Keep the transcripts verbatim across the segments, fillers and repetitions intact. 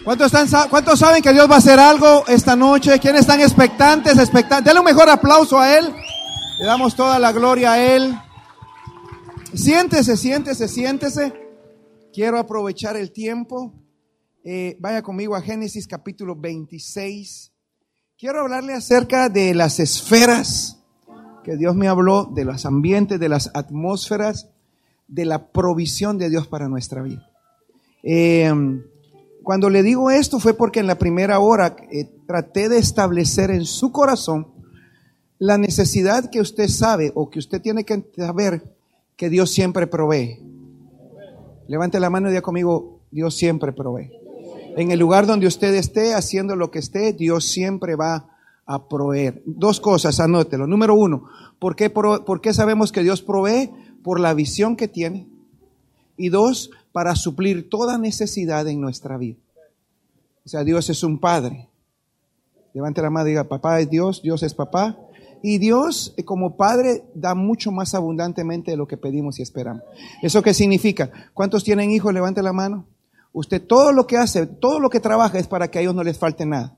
¿Cuántos, están, ¿Cuántos saben que Dios va a hacer algo esta noche? ¿Quiénes están expectantes? expectantes? Denle un mejor aplauso a Él. Le damos toda la gloria a Él. Siéntese, siéntese, siéntese. Quiero aprovechar el tiempo. Eh, vaya conmigo a Génesis capítulo veintiséis. Quiero hablarle acerca de las esferas que Dios me habló, de los ambientes, de las atmósferas, de la provisión de Dios para nuestra vida. Eh, cuando le digo esto fue porque en la primera hora eh, traté de establecer en su corazón la necesidad que usted sabe o que usted tiene que saber que Dios siempre provee. Levante la mano y diga conmigo, Dios siempre provee. En el lugar donde usted esté, haciendo lo que esté, Dios siempre va a proveer. Dos cosas, anótelo. Número uno, ¿por qué, pro, ¿por qué sabemos que Dios provee? Por la visión que tiene. Y dos, para suplir toda necesidad en nuestra vida. O sea, Dios es un padre. Levante la mano y diga, papá es Dios, Dios es papá. Y Dios, como padre, da mucho más abundantemente de lo que pedimos y esperamos. ¿Eso qué significa? ¿Cuántos tienen hijos? Levante la mano. Usted todo lo que hace, todo lo que trabaja es para que a ellos no les falte nada.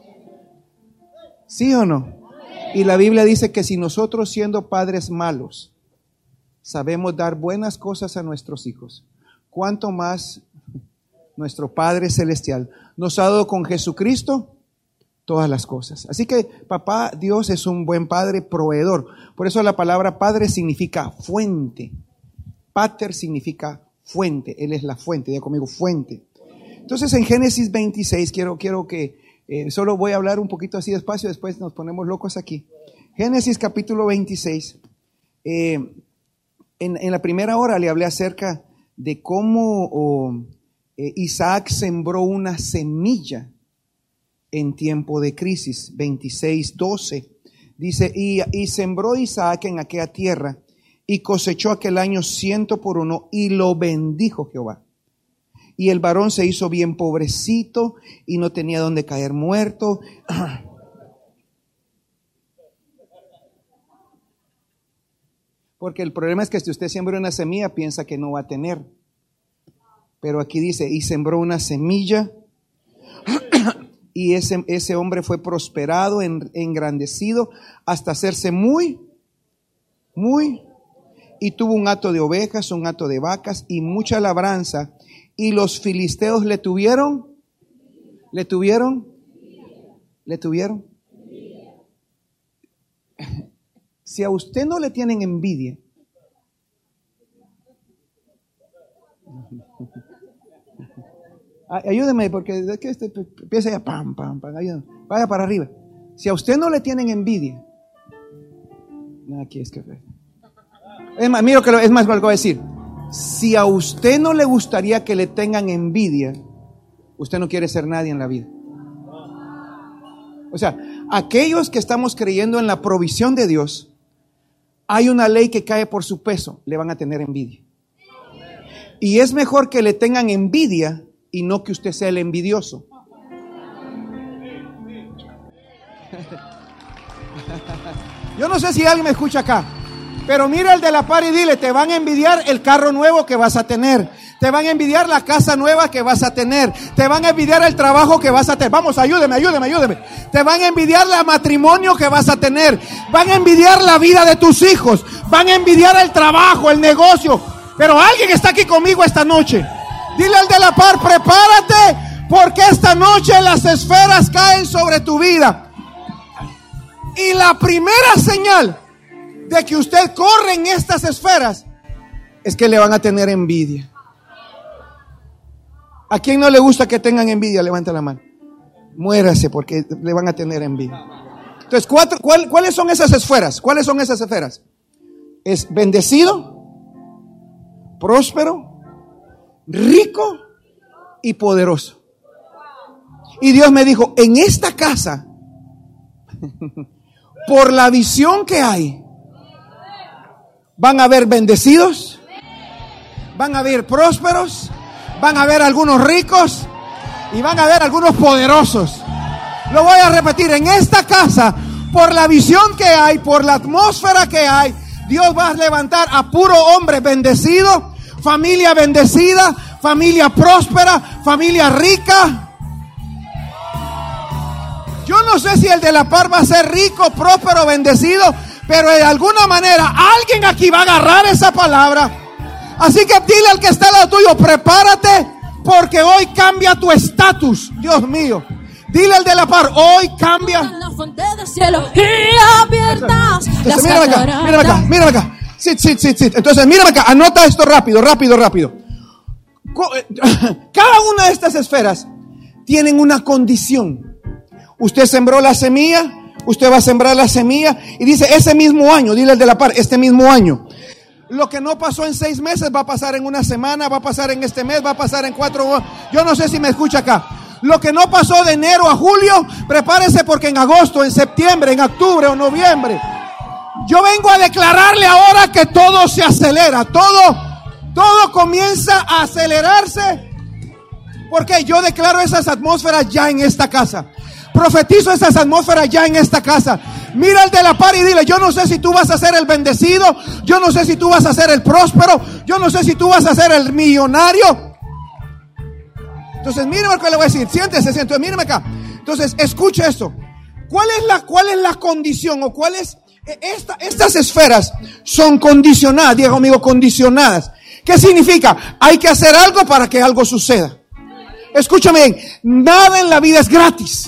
¿Sí o no? Y la Biblia dice que si nosotros, siendo padres malos, sabemos dar buenas cosas a nuestros hijos, ¿cuánto más nuestro Padre Celestial nos ha dado con Jesucristo todas las cosas? Así que papá Dios es un buen padre proveedor. Por eso la palabra padre significa fuente. Pater significa fuente. Él es la fuente. Diga conmigo, fuente. Entonces en Génesis veintiséis quiero, quiero que eh, solo voy a hablar un poquito así despacio, después nos ponemos locos aquí. Génesis capítulo veintiséis. Eh, en, en la primera hora le hablé acerca de cómo oh, eh, Isaac sembró una semilla en tiempo de crisis. Veintiséis doce dice, y, y sembró Isaac en aquella tierra y cosechó aquel año ciento por uno y lo bendijo Jehová. Y el varón se hizo bien pobrecito y no tenía donde caer muerto. Porque el problema es que si usted siembra una semilla piensa que no va a tener. Pero aquí dice, y sembró una semilla y ese, ese hombre fue prosperado, en, engrandecido, hasta hacerse muy, muy, y tuvo un hato de ovejas, un hato de vacas y mucha labranza, y los filisteos le tuvieron, le tuvieron, le tuvieron. Si a usted no le tienen envidia, ayúdeme, porque es que este empieza ya pam, pam, pam, ayúdame, vaya para arriba. Si a usted no le tienen envidia, aquí es que es más, mira que lo, es más lo que voy a decir. Si a usted no le gustaría que le tengan envidia, usted no quiere ser nadie en la vida. O sea, aquellos que estamos creyendo en la provisión de Dios, hay una ley que cae por su peso, le van a tener envidia. Y es mejor que le tengan envidia y no que usted sea el envidioso. Yo no sé si alguien me escucha acá, pero mira el de la par y dile, te van a envidiar el carro nuevo que vas a tener, te van a envidiar la casa nueva que vas a tener, te van a envidiar el trabajo que vas a tener. Vamos, ayúdeme, ayúdeme, ayúdeme. Te van a envidiar el matrimonio que vas a tener, van a envidiar la vida de tus hijos, van a envidiar el trabajo, el negocio. Pero alguien está aquí conmigo esta noche. Dile al de la par, prepárate, porque esta noche las esferas caen sobre tu vida. Y la primera señal de que usted corre en estas esferas es que le van a tener envidia. ¿A quién no le gusta que tengan envidia? Levanta la mano. Muérase, porque le van a tener envidia. Entonces, cuatro, ¿cuál, ¿cuáles son esas esferas? ¿Cuáles son esas esferas? Es bendecido, próspero, rico y poderoso. Y Dios me dijo, en esta casa, por la visión que hay, van a haber bendecidos, van a haber prósperos, van a haber algunos ricos y van a haber algunos poderosos. Lo voy a repetir, en esta casa, por la visión que hay, por la atmósfera que hay, Dios va a levantar a puro hombre bendecido, familia bendecida, familia próspera, familia rica. no sé si el de la par va a ser rico, próspero, bendecido, pero de alguna manera alguien aquí va a agarrar esa palabra. Así que dile al que está al lado tuyo, prepárate, porque hoy cambia tu estatus. Dios mío. Dile al de la par, hoy cambia. Entonces, mírame acá, mírame acá, mírame acá. Sit, sit, sit, sit. Entonces, mírame acá, anota esto rápido, rápido, rápido. Cada una de estas esferas tienen una condición. Usted sembró la semilla, usted va a sembrar la semilla y dice ese mismo año, dile al de la par, este mismo año. Lo que no pasó en seis meses va a pasar en una semana, va a pasar en este mes, va a pasar en cuatro. Yo no sé si me escucha acá. Lo que no pasó de enero a julio, prepárese porque en agosto, en septiembre, en octubre o noviembre. Yo vengo a declararle ahora que todo se acelera, todo, todo comienza a acelerarse. Porque yo declaro esas atmósferas ya en esta casa. Profetizo esas atmósferas ya en esta casa. Mira al de la par y dile, yo no sé si tú vas a ser el bendecido, yo no sé si tú vas a ser el próspero, yo no sé si tú vas a ser el millonario. Entonces, míreme lo que le voy a decir. Siéntese, siéntese, míreme acá. Entonces, escuche esto. ¿Cuál es la, cuál es la condición o cuál es esta, estas esferas son condicionadas? Diego amigo, condicionadas. ¿Qué significa? Hay que hacer algo para que algo suceda. Escúchame bien. Nada en la vida es gratis.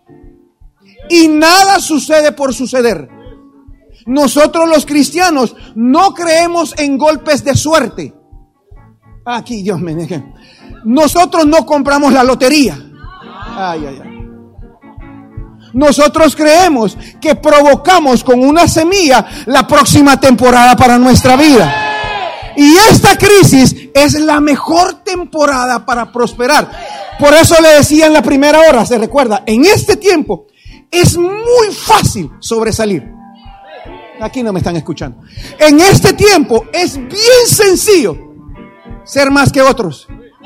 Y nada sucede por suceder. Nosotros los cristianos no creemos en golpes de suerte. Aquí Dios me deje. Nosotros no compramos la lotería. Ay, ay, ay. Nosotros creemos que provocamos con una semilla la próxima temporada para nuestra vida. Y esta crisis es la mejor temporada para prosperar. Por eso le decía en la primera hora, se recuerda, en este tiempo es muy fácil sobresalir. Aquí no me están escuchando. En este tiempo es bien sencillo ser más que otros.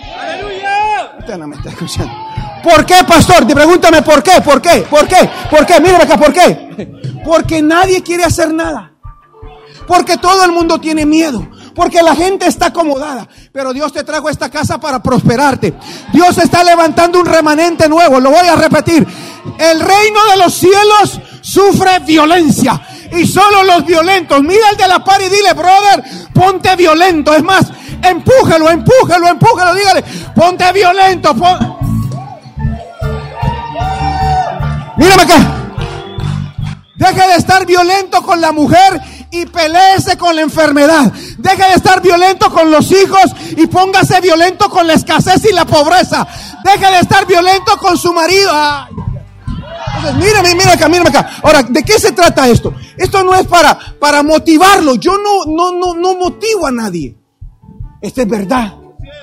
Usted no me está escuchando. ¿Por qué, pastor? Pregúntame por qué, por qué, por qué, por qué. Mírame acá, ¿por qué? Porque nadie quiere hacer nada. Porque todo el mundo tiene miedo. Porque la gente está acomodada. Pero Dios te trajo a esta casa para prosperarte. Dios está levantando un remanente nuevo. Lo voy a repetir. El reino de los cielos sufre violencia. Y solo los violentos. Mira al de la par y dile, brother, ponte violento. Es más, empújalo, empújalo, empújalo. Dígale, ponte violento. Pon... Mírame acá. Deje de estar violento con la mujer y peleese con la enfermedad. Deje de estar violento con los hijos y póngase violento con la escasez y la pobreza. Deje de estar violento con su marido. Ay. Entonces, mírame, mírame acá, mírame acá. Ahora, ¿de qué se trata esto? Esto no es para, para motivarlo. Yo no, no, no, no motivo a nadie. Esto es verdad.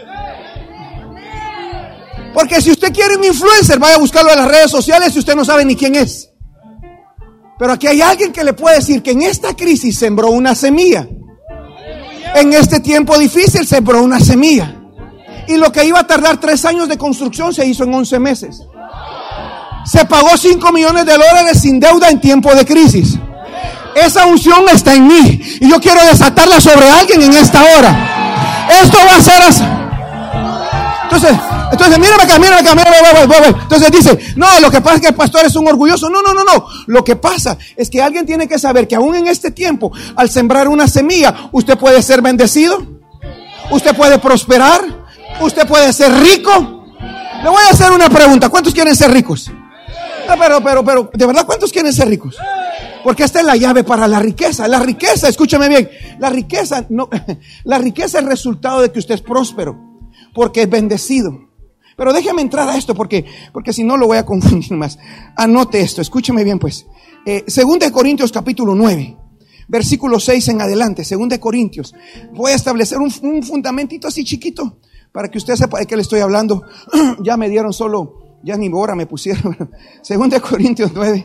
Porque si usted quiere un influencer, vaya a buscarlo en las redes sociales y usted no sabe ni quién es. Pero aquí hay alguien que le puede decir que en esta crisis sembró una semilla. En este tiempo difícil sembró una semilla. Y lo que iba a tardar tres años de construcción se hizo en once meses. Se pagó cinco millones de dólares sin deuda en tiempo de crisis. Esa unción está en mí. Y yo quiero desatarla sobre alguien en esta hora. Esto va a ser así. Entonces, entonces mírame acá, mírame acá, mírame, voy, voy, voy. Entonces dice, no, lo que pasa es que el pastor es un orgulloso. No, no, no, no. Lo que pasa es que alguien tiene que saber que aún en este tiempo, al sembrar una semilla, usted puede ser bendecido, usted puede prosperar, usted puede ser rico. Le voy a hacer una pregunta. ¿Cuántos quieren ser ricos? No, pero, pero, pero, ¿de verdad cuántos quieren ser ricos? Porque esta es la llave para la riqueza. La riqueza, escúchame bien, la riqueza, no, la riqueza es el resultado de que usted es próspero, porque es bendecido. Pero déjeme entrar a esto porque, porque si no lo voy a confundir más. Anote esto, escúcheme bien pues. Eh, Segunda de Corintios capítulo nueve, versículo seis en adelante. Segunda de Corintios. Voy a establecer un, un fundamentito así chiquito para que usted sepa de qué le estoy hablando. Ya me dieron solo, ya ni hora me pusieron. Segunda de Corintios nueve.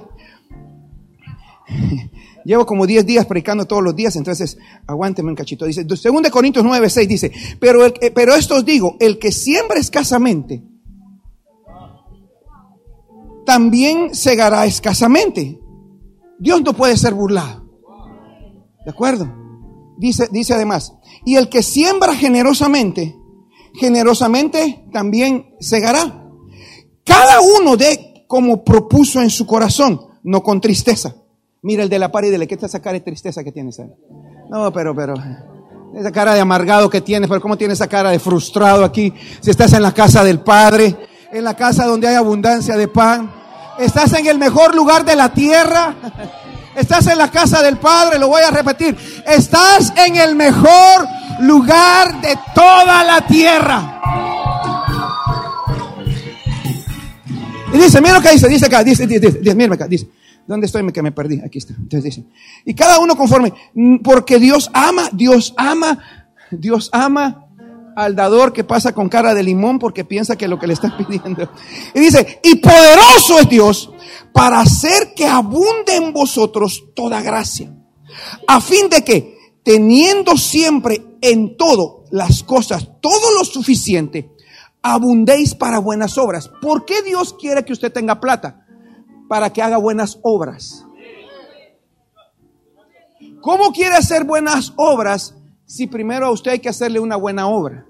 Llevo como diez días predicando todos los días, entonces aguánteme un cachito. Dice, Segunda de Corintios nueve, seis dice, pero, el, pero esto os digo, el que siembra escasamente, también segará escasamente. Dios no puede ser burlado. ¿De acuerdo? Dice, dice además, y el que siembra generosamente, generosamente también segará. Cada uno dé como propuso en su corazón, no con tristeza. Mira el de la par y dile, ¿qué te esa cara de tristeza que tienes ahí? No, pero, pero, esa cara de amargado que tienes, pero ¿cómo tienes esa cara de frustrado aquí? Si estás en la casa del Padre, en la casa donde hay abundancia de pan, estás en el mejor lugar de la tierra, estás en la casa del Padre, lo voy a repetir, estás en el mejor lugar de toda la tierra. Y dice, mira lo que dice, dice acá, dice, dice, dice, mira acá, dice, ¿dónde estoy? Que me perdí, aquí está. Entonces dice, y cada uno conforme, porque Dios ama, Dios ama, Dios ama al dador que pasa con cara de limón porque piensa que lo que le están pidiendo. Y dice, y poderoso es Dios para hacer que abunde en vosotros toda gracia, a fin de que, teniendo siempre en todo las cosas, todo lo suficiente, abundéis para buenas obras. ¿Por qué Dios quiere que usted tenga plata? Para que haga buenas obras. ¿Cómo quiere hacer buenas obras si primero a usted hay que hacerle una buena obra?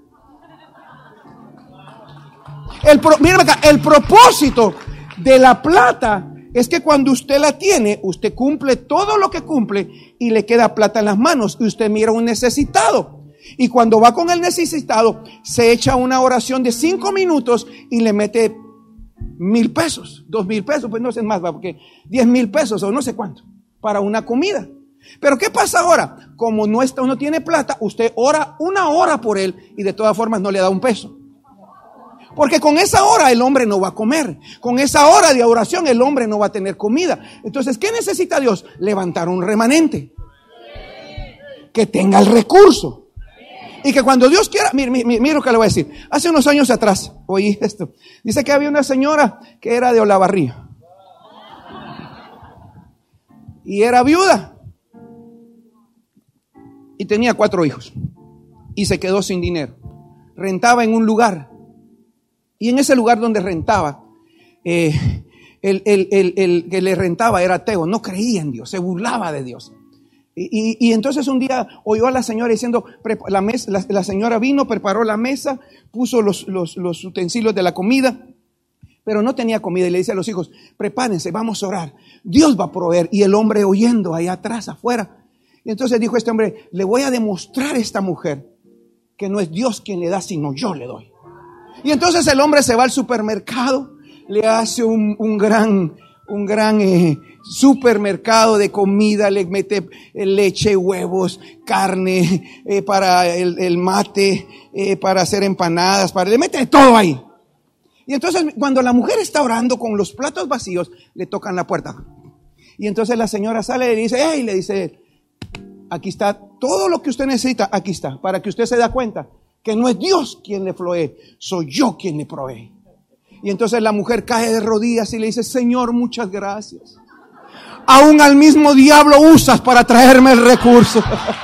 El, pro, mírame acá, el propósito de la plata es que cuando usted la tiene, usted cumple todo lo que cumple y le queda plata en las manos y usted mira a un necesitado. Y cuando va con el necesitado, se echa una oración de cinco minutos y le mete mil pesos, dos mil pesos, pues no sé más, porque diez mil pesos o no sé cuánto, para una comida. Pero ¿qué pasa ahora? Como no, está, no tiene plata, usted ora una hora por él y de todas formas no le da un peso. Porque con esa hora el hombre no va a comer. Con esa hora de oración el hombre no va a tener comida. Entonces, ¿qué necesita Dios? Levantar un remanente que tenga el recurso. Y que cuando Dios quiera, mira, mira, mira lo que le voy a decir. Hace unos años atrás, oí esto. Dice que había una señora que era de Olavarría. Y era viuda. Y tenía cuatro hijos. Y se quedó sin dinero. Rentaba en un lugar. Y en ese lugar donde rentaba, eh, el, el, el, el que le rentaba era ateo. No creía en Dios, se burlaba de Dios. Y, y, y entonces un día oyó a la señora diciendo, la, mesa, la, la señora vino, preparó la mesa, puso los, los, los utensilios de la comida, pero no tenía comida y le dice a los hijos, prepárense, vamos a orar, Dios va a proveer. Y el hombre oyendo allá atrás, afuera. Y entonces dijo este hombre, le voy a demostrar a esta mujer que no es Dios quien le da, sino yo le doy. Y entonces el hombre se va al supermercado, le hace un, un gran... un gran eh, supermercado de comida, le mete leche, huevos, carne, eh, para el, el mate, eh, para hacer empanadas, para, le mete todo ahí. Y entonces cuando la mujer está orando con los platos vacíos, le tocan la puerta. Y entonces la señora sale y le dice, hey, le dice, aquí está todo lo que usted necesita, aquí está, para que usted se da cuenta que no es Dios quien le provee, soy yo quien le provee. Y entonces la mujer cae de rodillas y le dice, Señor, muchas gracias. Aún al mismo diablo usas para traerme el recurso.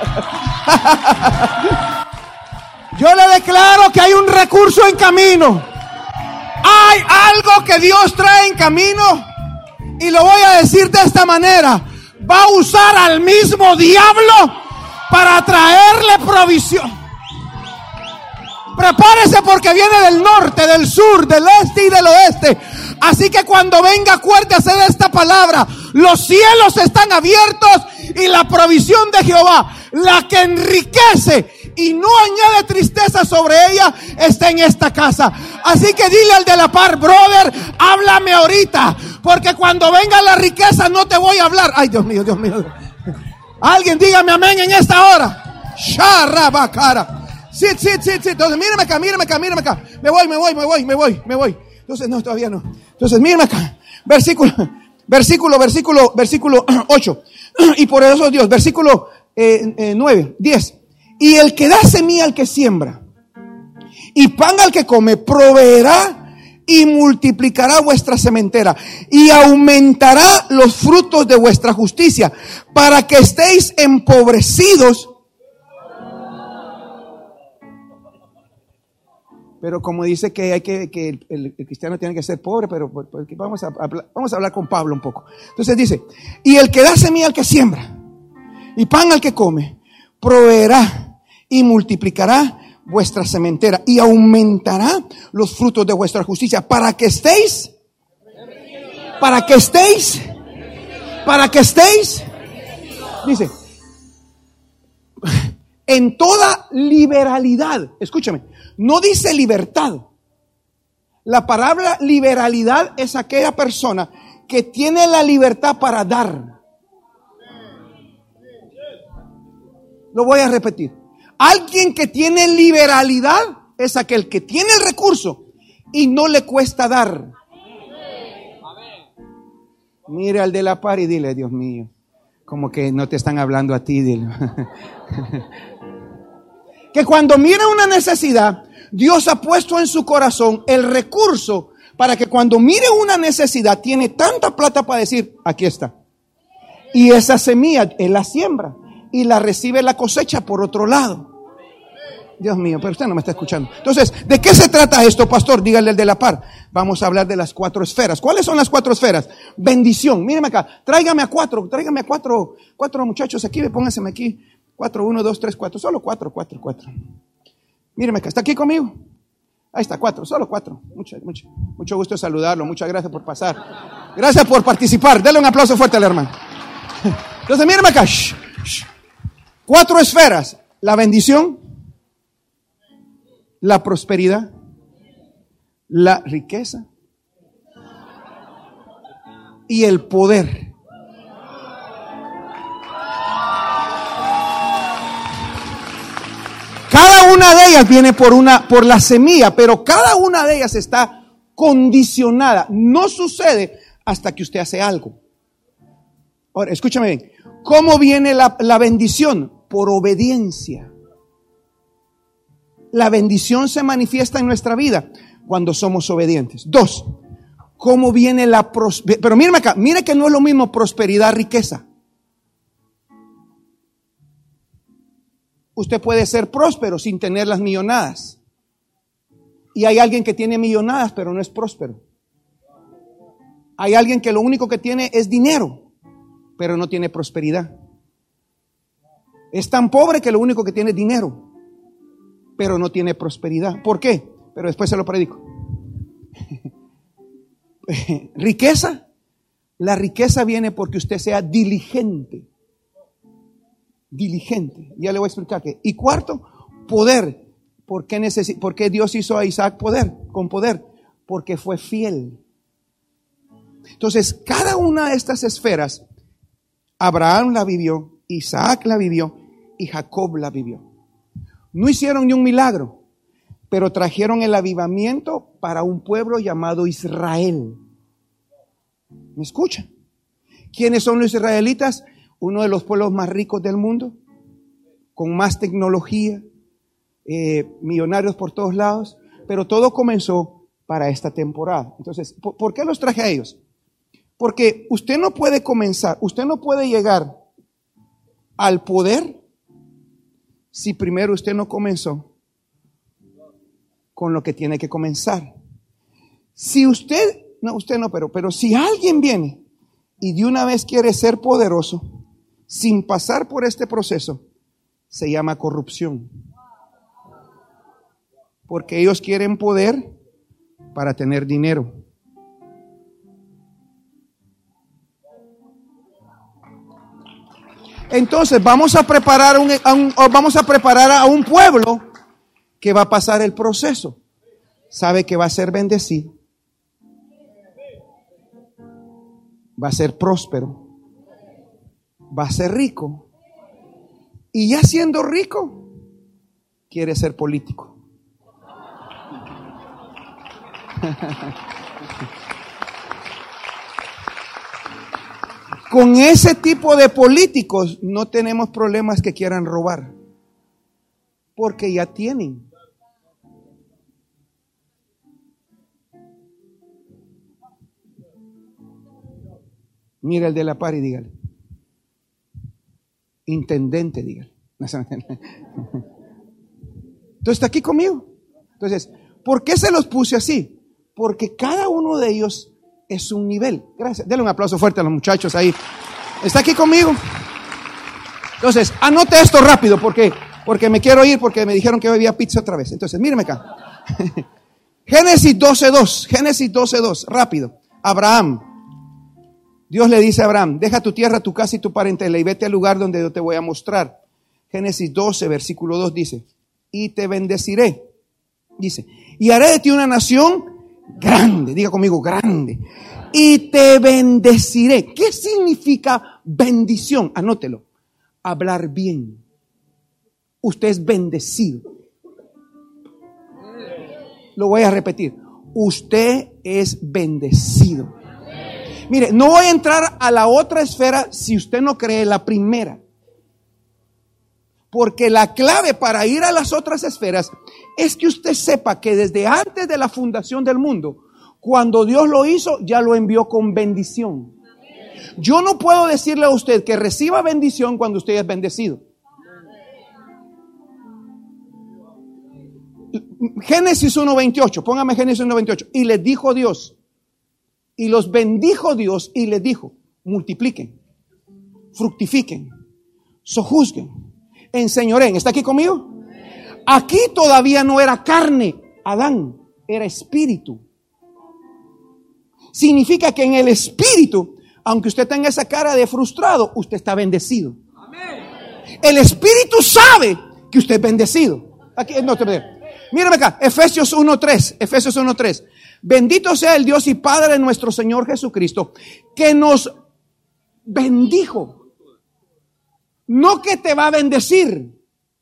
Yo le declaro que hay un recurso en camino. Hay algo que Dios trae en camino. Y lo voy a decir de esta manera. Va a usar al mismo diablo para traerle provisión. Prepárese porque viene del norte, del sur, del este y del oeste. Así que cuando venga, acuérdese de esta palabra. Los cielos están abiertos y la provisión de Jehová, la que enriquece y no añade tristeza sobre ella, está en esta casa. Así que dile al de la par, brother, háblame ahorita, porque cuando venga la riqueza no te voy a hablar. Ay, Dios mío, Dios mío. Alguien dígame amén en esta hora. Sharabakara. Sí, sí, sí, sí. Entonces, mírame acá, mírame acá, mírame acá. Me voy, me voy, me voy, me voy, me voy. Entonces, no, todavía no. Entonces, mírame acá. Versículo, versículo, versículo, versículo ocho. Y por eso Dios, versículo eh, eh, nueve, diez. Y el que da semilla al que siembra y pan al que come, proveerá y multiplicará vuestra sementera y aumentará los frutos de vuestra justicia, para que estéis empobrecidos. Pero como dice que hay que, que el, el, el cristiano tiene que ser pobre, pero pues, vamos, a, a, vamos a hablar con Pablo un poco. Entonces dice, y el que da semilla al que siembra y pan al que come, proveerá y multiplicará vuestra sementera y aumentará los frutos de vuestra justicia, para que estéis Para que estéis, para que estéis, dice, en toda liberalidad. Escúchame, no dice libertad. La palabra liberalidad es aquella persona que tiene la libertad para dar. Lo voy a repetir. Alguien que tiene liberalidad es aquel que tiene el recurso y no le cuesta dar. Mire al de la par y dile, Dios mío, como que no te están hablando a ti, dile. Que cuando mira una necesidad, Dios ha puesto en su corazón el recurso para que cuando mire una necesidad, tiene tanta plata para decir, aquí está. Y esa semilla, Él la siembra y la recibe la cosecha por otro lado. Dios mío, pero usted no me está escuchando. Entonces, ¿de qué se trata esto, pastor? Dígale el de la par. Vamos a hablar de las cuatro esferas. ¿Cuáles son las cuatro esferas? Bendición. Míreme acá. Tráigame a cuatro. Tráigame a cuatro. Cuatro muchachos aquí. Pónganseme aquí. Cuatro, uno, dos, tres, cuatro. Solo cuatro, cuatro, cuatro. Míreme acá. ¿Está aquí conmigo? Ahí está, cuatro. Solo cuatro. Mucho, mucho, mucho gusto saludarlo. Muchas gracias por pasar. Gracias por participar. Dele un aplauso fuerte al hermano. Entonces, míreme acá. Shh, shh. Cuatro esferas. La bendición, la prosperidad, la riqueza y el poder. Cada una de ellas viene por una, por la semilla, pero cada una de ellas está condicionada. No sucede hasta que usted hace algo. Ahora, escúchame bien. ¿Cómo viene la, la bendición? Por obediencia. La bendición se manifiesta en nuestra vida cuando somos obedientes. Dos, ¿cómo viene la prosperidad? Pero mírame acá, mire que no es lo mismo prosperidad, riqueza. Usted puede ser próspero sin tener las millonadas. Y hay alguien que tiene millonadas pero no es próspero. Hay alguien que lo único que tiene es dinero, pero no tiene prosperidad. Es tan pobre que lo único que tiene es dinero, pero no tiene prosperidad. ¿Por qué? Pero después se lo predico. Riqueza. La riqueza viene porque usted sea diligente. Diligente. Ya le voy a explicar qué. Y cuarto, poder. ¿Por qué, necesi- ¿Por qué Dios hizo a Isaac poder? Con poder. Porque fue fiel. Entonces, cada una de estas esferas, Abraham la vivió, Isaac la vivió y Jacob la vivió. No hicieron ni un milagro, pero trajeron el avivamiento para un pueblo llamado Israel. ¿Me escuchan? ¿Quiénes son los israelitas? Uno de los pueblos más ricos del mundo, con más tecnología, eh, millonarios por todos lados, pero todo comenzó para esta temporada. Entonces, ¿por, ¿por qué los traje a ellos? Porque usted no puede comenzar, usted no puede llegar al poder si primero usted no comenzó con lo que tiene que comenzar. Si usted, no, usted no, pero, pero si alguien viene y de una vez quiere ser poderoso sin pasar por este proceso, se llama corrupción. Porque ellos quieren poder para tener dinero. Entonces vamos a preparar un, a un, vamos a preparar a un pueblo que va a pasar el proceso. Sabe que va a ser bendecido, va a ser próspero, va a ser rico, y ya siendo rico quiere ser político. Con ese tipo de políticos no tenemos problemas que quieran robar, porque ya tienen. Mira el de la par y dígale. Intendente, dígale. Entonces está aquí conmigo. Entonces, ¿por qué se los puse así? Porque cada uno de ellos es un nivel. Gracias. Denle un aplauso fuerte a los muchachos ahí. ¿Está aquí conmigo? Entonces, anote esto rápido porque, porque me quiero ir porque me dijeron que hoy había pizza otra vez. Entonces, míreme acá. Génesis doce dos. Génesis doce dos. Rápido. Abraham. Dios le dice a Abraham, deja tu tierra, tu casa y tu parentela y vete al lugar donde yo te voy a mostrar. Génesis doce, versículo dos dice, y te bendeciré. Dice, y haré de ti una nación grande, diga conmigo, grande. Y te bendeciré. ¿Qué significa bendición? Anótelo. Hablar bien. Usted es bendecido. Lo voy a repetir. Usted es bendecido. Mire, no voy a entrar a la otra esfera si usted no cree la primera. Porque la clave para ir a las otras esferas es que usted sepa que desde antes de la fundación del mundo, cuando Dios lo hizo, ya lo envió con bendición. Yo no puedo decirle a usted que reciba bendición cuando usted es bendecido. Génesis uno veintiocho, póngame Génesis uno veintiocho. Y les dijo Dios, y los bendijo Dios y les dijo, multipliquen, fructifiquen, sojuzguen, enseñoren. ¿Está aquí conmigo? Aquí todavía no era carne, Adán, era espíritu. Significa que en el espíritu, aunque usted tenga esa cara de frustrado, usted está bendecido. El espíritu sabe que usted es bendecido. Aquí, no te veo. Mírame acá, Efesios uno tres, Efesios uno tres. Bendito sea el Dios y Padre de nuestro Señor Jesucristo, que nos bendijo. No que te va a bendecir.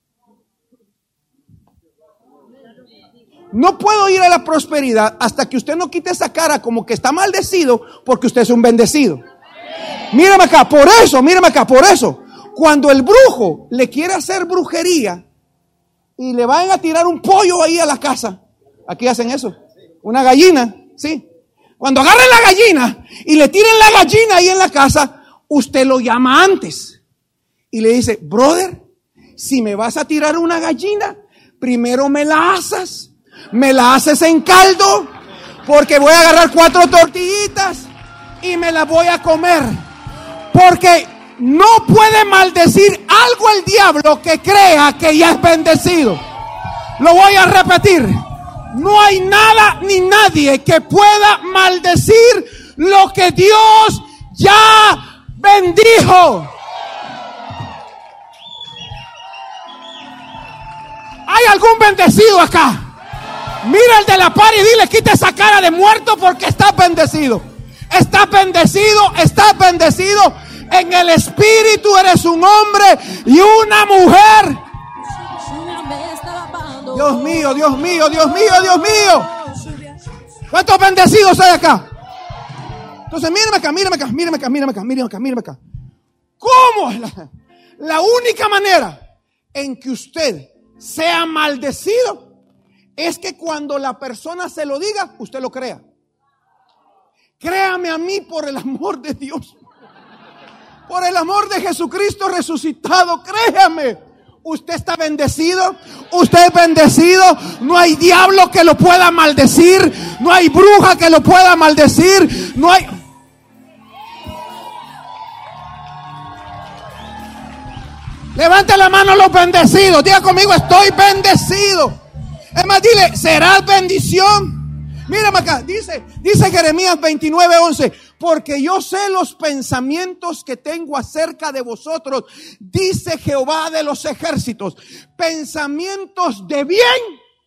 No puedo ir a la prosperidad hasta que usted no quite esa cara como que está maldecido, porque usted es un bendecido. Mírame acá, por eso, mírame acá, por eso. Cuando el brujo le quiere hacer brujería y le van a tirar un pollo ahí a la casa, aquí hacen eso, una gallina, ¿sí? Cuando agarren la gallina y le tiren la gallina ahí en la casa, usted lo llama antes y le dice, brother, si me vas a tirar una gallina, primero me la asas, me la haces en caldo, porque voy a agarrar cuatro tortillitas y me las voy a comer, porque no puede maldecir algo el diablo que crea que ya es bendecido. Lo voy a repetir. No hay nada ni nadie que pueda maldecir lo que Dios ya bendijo. ¿Hay algún bendecido acá? Mira el de la par y dile, quita esa cara de muerto porque estás bendecido. Estás bendecido, estás bendecido. En el espíritu eres un hombre y una mujer. Dios mío, Dios mío, Dios mío, Dios mío. ¿Cuántos bendecidos hay acá? Entonces mírame acá, mírame acá, mírame acá, mírame acá, mírame acá, mírame acá. ¿Cómo es la, la única manera en que usted sea maldecido? Es que cuando la persona se lo diga, usted lo crea. Créame a mí por el amor de Dios. Por el amor de Jesucristo resucitado, créame. Usted está bendecido. Usted es bendecido. No hay diablo que lo pueda maldecir. No hay bruja que lo pueda maldecir. No hay... Levante la mano los bendecidos. Diga conmigo, estoy bendecido. Es más, dile, serás bendición. Mírame acá, dice, dice Jeremías veintinueve once, porque yo sé los pensamientos que tengo acerca de vosotros, dice Jehová de los ejércitos, pensamientos de bien.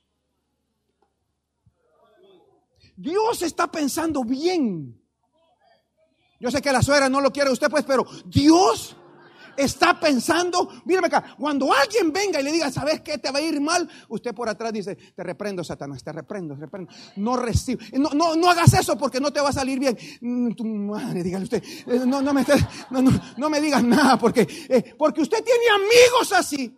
Dios está pensando bien. Yo sé que la suegra no lo quiere usted, pues, pero Dios está pensando, mírame acá, cuando alguien venga y le diga, ¿sabes qué? Te va a ir mal, usted por atrás dice, te reprendo, Satanás, te reprendo, te reprendo. No recibe, no, no, no hagas eso porque no te va a salir bien. Tu madre, dígale usted, no, no, me, no, no, no me digas nada porque, eh, porque usted tiene amigos así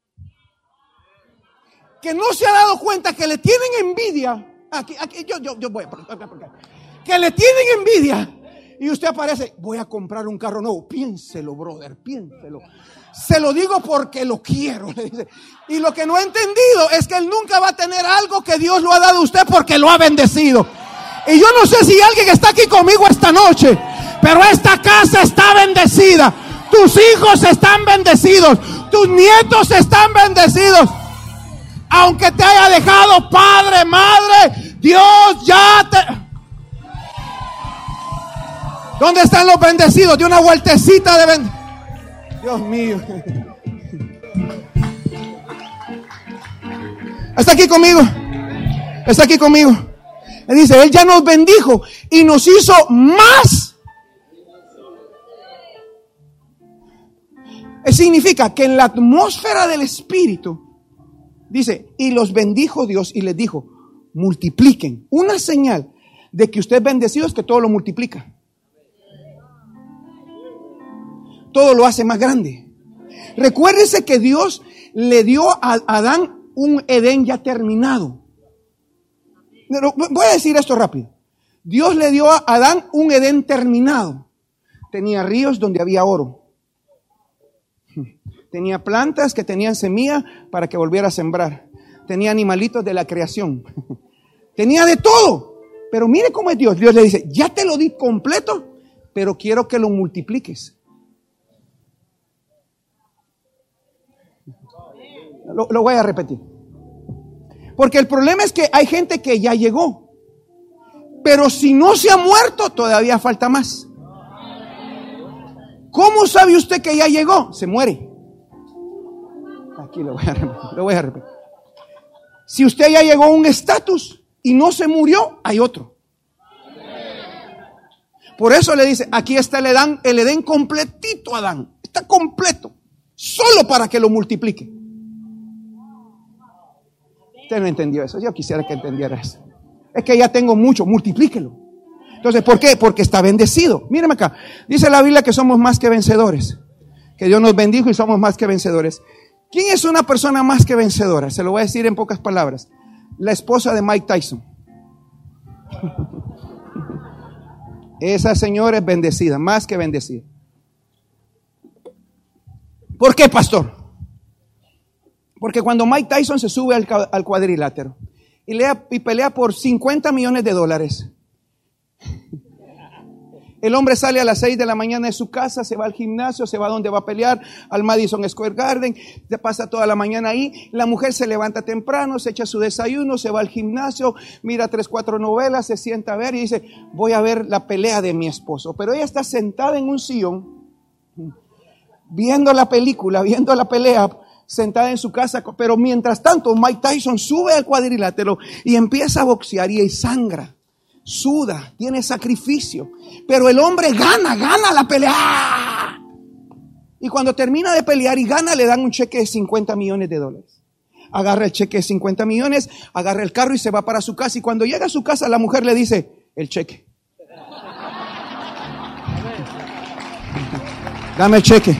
que no se ha dado cuenta que le tienen envidia. Aquí, aquí, yo, yo, yo voy, que le tienen envidia. Y usted aparece, voy a comprar un carro nuevo. Piénselo, brother, piénselo. Se lo digo porque lo quiero, le dice. Y lo que no he entendido es que él nunca va a tener algo que Dios lo ha dado a usted porque lo ha bendecido. Y yo no sé si alguien está aquí conmigo esta noche, pero esta casa está bendecida. Tus hijos están bendecidos. Tus nietos están bendecidos. Aunque te haya dejado padre, madre, Dios ya te... ¿Dónde están los bendecidos? De una vueltecita de ben... Dios mío. ¿Está aquí conmigo? ¿Está aquí conmigo? Él dice, Él ya nos bendijo y nos hizo más. Eso significa que en la atmósfera del Espíritu, dice, y los bendijo Dios y les dijo, multipliquen. Una señal de que usted es bendecido es que todo lo multiplica. Todo lo hace más grande. Recuérdese que Dios le dio a Adán un Edén ya terminado. Pero voy a decir esto rápido. Dios le dio a Adán un Edén terminado. Tenía ríos donde había oro. Tenía plantas que tenían semilla para que volviera a sembrar. Tenía animalitos de la creación. Tenía de todo. Pero mire cómo es Dios. Dios le dice, ya te lo di completo, pero quiero que lo multipliques. Lo, lo voy a repetir. Porque el problema es que hay gente que ya llegó. Pero si no se ha muerto, todavía falta más. ¿Cómo sabe usted que ya llegó? Se muere. Aquí lo voy a repetir. Lo voy a repetir. Si usted ya llegó a un estatus y no se murió, hay otro. Por eso le dice, aquí está el Edén, el Edén completito, Adán. Está completo. Solo para que lo multiplique. Usted no entendió eso. Yo quisiera que entendiera eso. Es que ya tengo mucho, multiplíquelo. Entonces, ¿por qué? Porque está bendecido. Mírame acá. Dice la Biblia que somos más que vencedores. Que Dios nos bendijo y somos más que vencedores. ¿Quién es una persona más que vencedora? Se lo voy a decir en pocas palabras. La esposa de Mike Tyson. Esa señora es bendecida, más que bendecida. ¿Por qué, pastor? Porque cuando Mike Tyson se sube al, al cuadrilátero y, lea, y pelea por cincuenta millones de dólares, el hombre sale a las seis de la mañana de su casa, se va al gimnasio, se va a donde va a pelear, al Madison Square Garden, se pasa toda la mañana ahí, la mujer se levanta temprano, se echa su desayuno, se va al gimnasio, mira tres, cuatro novelas, se sienta a ver y dice, voy a ver la pelea de mi esposo. Pero ella está sentada en un sillón, viendo la película, viendo la pelea, sentada en su casa, pero mientras tanto Mike Tyson sube al cuadrilátero y empieza a boxear y sangra. Suda, tiene sacrificio, pero el hombre gana, gana la pelea. Y cuando termina de pelear y gana, le dan un cheque de cincuenta millones de dólares. Agarra el cheque de cincuenta millones, agarra el carro y se va para su casa. Y cuando llega a su casa, la mujer le dice, el cheque. Dame el cheque.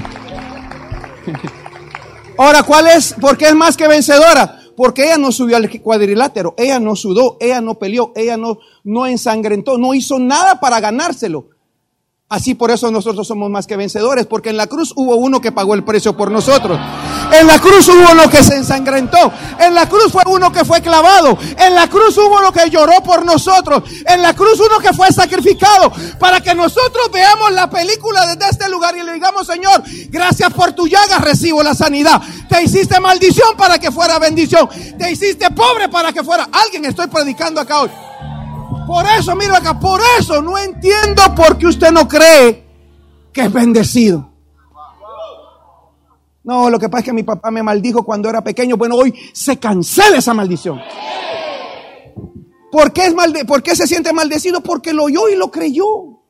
Ahora, ¿cuál es? ¿Por qué es más que vencedora? Porque ella no subió al cuadrilátero, ella no sudó, ella no peleó, ella no, no ensangrentó, no hizo nada para ganárselo. Así por eso nosotros somos más que vencedores, porque en la cruz hubo uno que pagó el precio por nosotros. En la cruz hubo uno que se ensangrentó. En la cruz fue uno que fue clavado. En la cruz hubo uno que lloró por nosotros. En la cruz uno que fue sacrificado. Para que nosotros veamos la película desde este lugar y le digamos, Señor, gracias por tu llaga, recibo la sanidad. Te hiciste maldición para que fuera bendición. Te hiciste pobre para que fuera. Alguien estoy predicando acá hoy. Por eso, mira acá, por eso no entiendo por qué usted no cree que es bendecido. No, lo que pasa es que mi papá me maldijo cuando era pequeño. Bueno, hoy se cancela esa maldición. ¿Por qué, es malde- ¿Por qué se siente maldecido? Porque lo oyó y lo creyó.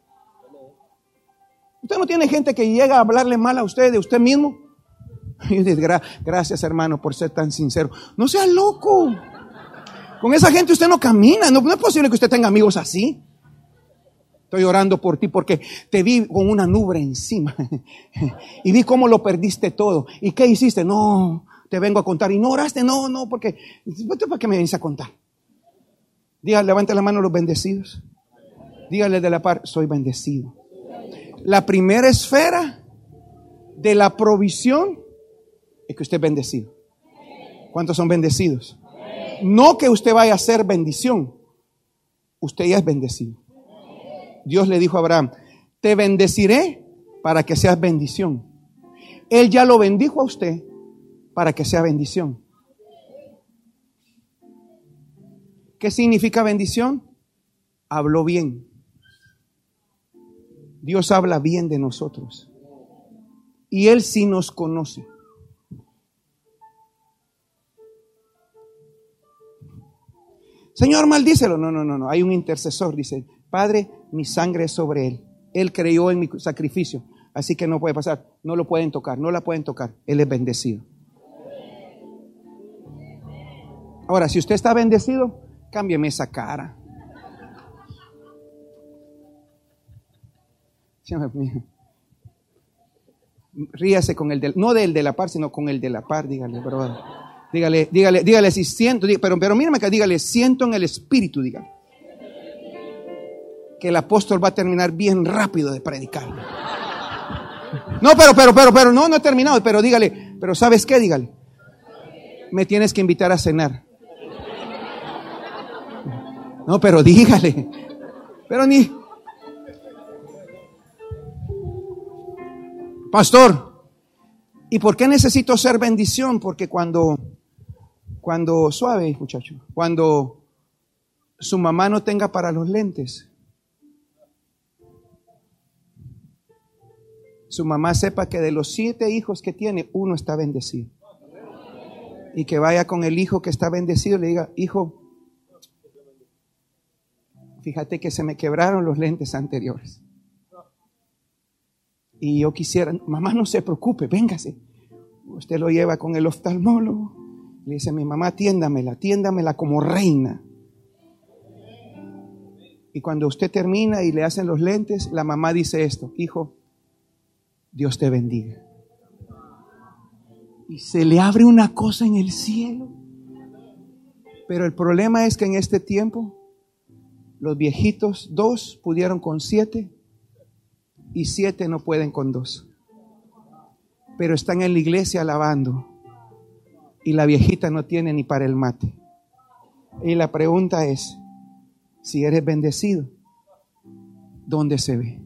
Usted no tiene gente que llega a hablarle mal a usted de usted mismo. Y dice, Gra- gracias hermano por ser tan sincero. No sea loco. Con esa gente usted no camina. No, no es posible que usted tenga amigos así. Estoy orando por ti porque te vi con una nube encima y vi cómo lo perdiste todo. ¿Y qué hiciste? No, te vengo a contar. ¿Y no oraste? No, no, porque ¿para qué me vienes a contar? Dígale, levante la mano a los bendecidos. Dígale de la par, soy bendecido. La primera esfera de la provisión es que usted es bendecido. ¿Cuántos son bendecidos? No que usted vaya a ser bendición. Usted ya es bendecido. Dios le dijo a Abraham, te bendeciré para que seas bendición. Él ya lo bendijo a usted para que sea bendición. ¿Qué significa bendición? Habló bien. Dios habla bien de nosotros. Y Él sí nos conoce. Señor, maldícelo. No, no, no, no. Hay un intercesor. Dice, Padre, mi sangre es sobre Él. Él creyó en mi sacrificio. Así que no puede pasar. No lo pueden tocar. No la pueden tocar. Él es bendecido. Ahora, si usted está bendecido, cámbieme esa cara. Señor mío. Ríase con el del, no del de la par, sino con el de la par, dígale, brother. Dígale, dígale, dígale si siento, dígale, pero, pero mírame que dígale, siento en el espíritu, dígale. Que el apóstol va a terminar bien rápido de predicar. No, pero, pero, pero, pero, no, no he terminado, pero dígale, pero ¿sabes qué? Dígale. Me tienes que invitar a cenar. No, pero dígale. Pero ni... Pastor, ¿y por qué necesito ser bendición? Porque cuando, cuando, suave muchacho, cuando su mamá no tenga para los lentes, su mamá sepa que de los siete hijos que tiene, uno está bendecido. Y que vaya con el hijo que está bendecido y le diga, hijo, fíjate que se me quebraron los lentes anteriores. Y yo quisiera, mamá, no se preocupe, véngase. Usted lo lleva con el oftalmólogo. Le dice, mi mamá, atiéndamela, atiéndamela como reina. Y cuando usted termina y le hacen los lentes, la mamá dice esto, hijo, Dios te bendiga. Y se le abre una cosa en el cielo. Pero el problema es que en este tiempo, los viejitos, dos pudieron con siete. Y siete no pueden con dos. Pero están en la iglesia alabando. Y la viejita no tiene ni para el mate. Y la pregunta es, si eres bendecido, ¿dónde se ve?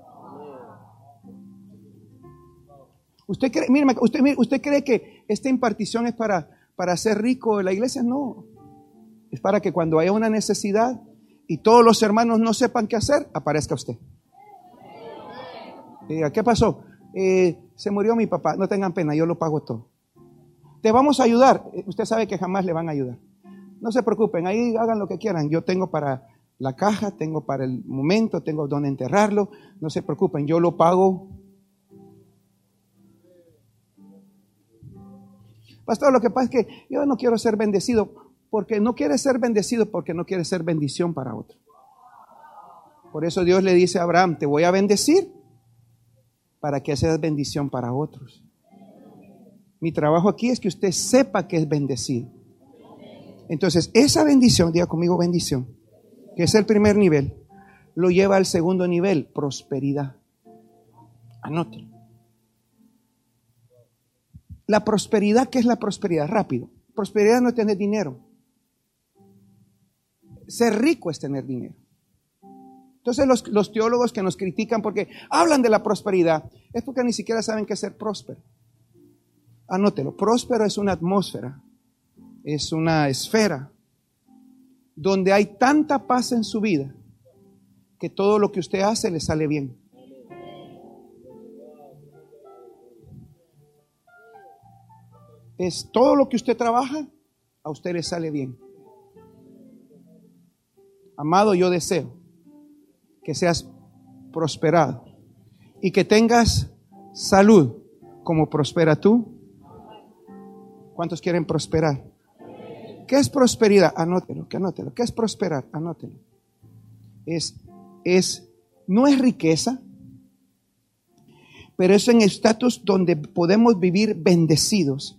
¿Usted cree, mire, usted, usted cree que esta impartición es para, para ser rico en la iglesia? No. Es para que cuando haya una necesidad y todos los hermanos no sepan qué hacer, aparezca usted. Diga, ¿qué pasó? Eh, se murió mi papá. No tengan pena, yo lo pago todo. Te vamos a ayudar. Usted sabe que jamás le van a ayudar. No se preocupen, ahí hagan lo que quieran. Yo tengo para la caja, tengo para el momento, tengo donde enterrarlo. No se preocupen, yo lo pago. Pastor, lo que pasa es que yo no quiero ser bendecido. Porque no quiere ser bendecido, porque no quiere ser bendición para otro. Por eso Dios le dice a Abraham, te voy a bendecir para que seas bendición para otros. Mi trabajo aquí es que usted sepa que es bendecido. Entonces, esa bendición, diga conmigo bendición, que es el primer nivel, lo lleva al segundo nivel, prosperidad. Anótelo. La prosperidad, ¿qué es la prosperidad? Rápido. Prosperidad no es tener dinero. Ser rico es tener dinero. Entonces los, los teólogos que nos critican porque hablan de la prosperidad, es porque ni siquiera saben qué es ser próspero. Anótelo, próspero es una atmósfera, es una esfera donde hay tanta paz en su vida que todo lo que usted hace le sale bien. Es todo lo que usted trabaja, a usted le sale bien. Amado, yo deseo que seas prosperado y que tengas salud como prospera tú. ¿Cuántos quieren prosperar? ¿Qué es prosperidad? Anótelo, que anótelo. ¿Qué es prosperar? Anótelo. Es, es, no es riqueza, pero es en estatus donde podemos vivir bendecidos.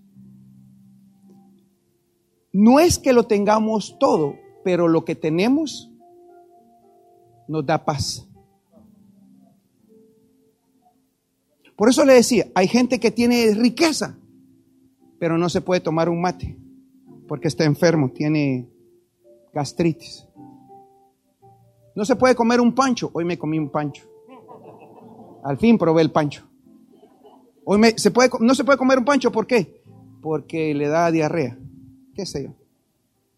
No es que lo tengamos todo, pero lo que tenemos nos da paz. Por eso le decía, hay gente que tiene riqueza, pero no se puede tomar un mate porque está enfermo, tiene gastritis. No se puede comer un pancho. Hoy me comí un pancho. Al fin probé el pancho. Hoy me, se puede, no se puede comer un pancho, ¿por qué? Porque le da diarrea, qué sé yo.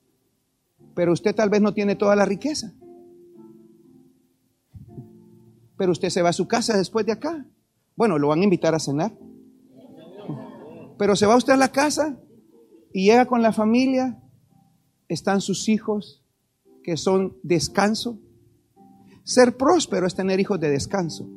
Pero usted tal vez no tiene toda la riqueza. Pero usted se va a su casa después de acá. Bueno, lo van a invitar a cenar. Pero se va usted a la casa y llega con la familia. Están sus hijos que son descanso. Ser próspero es tener hijos de descanso.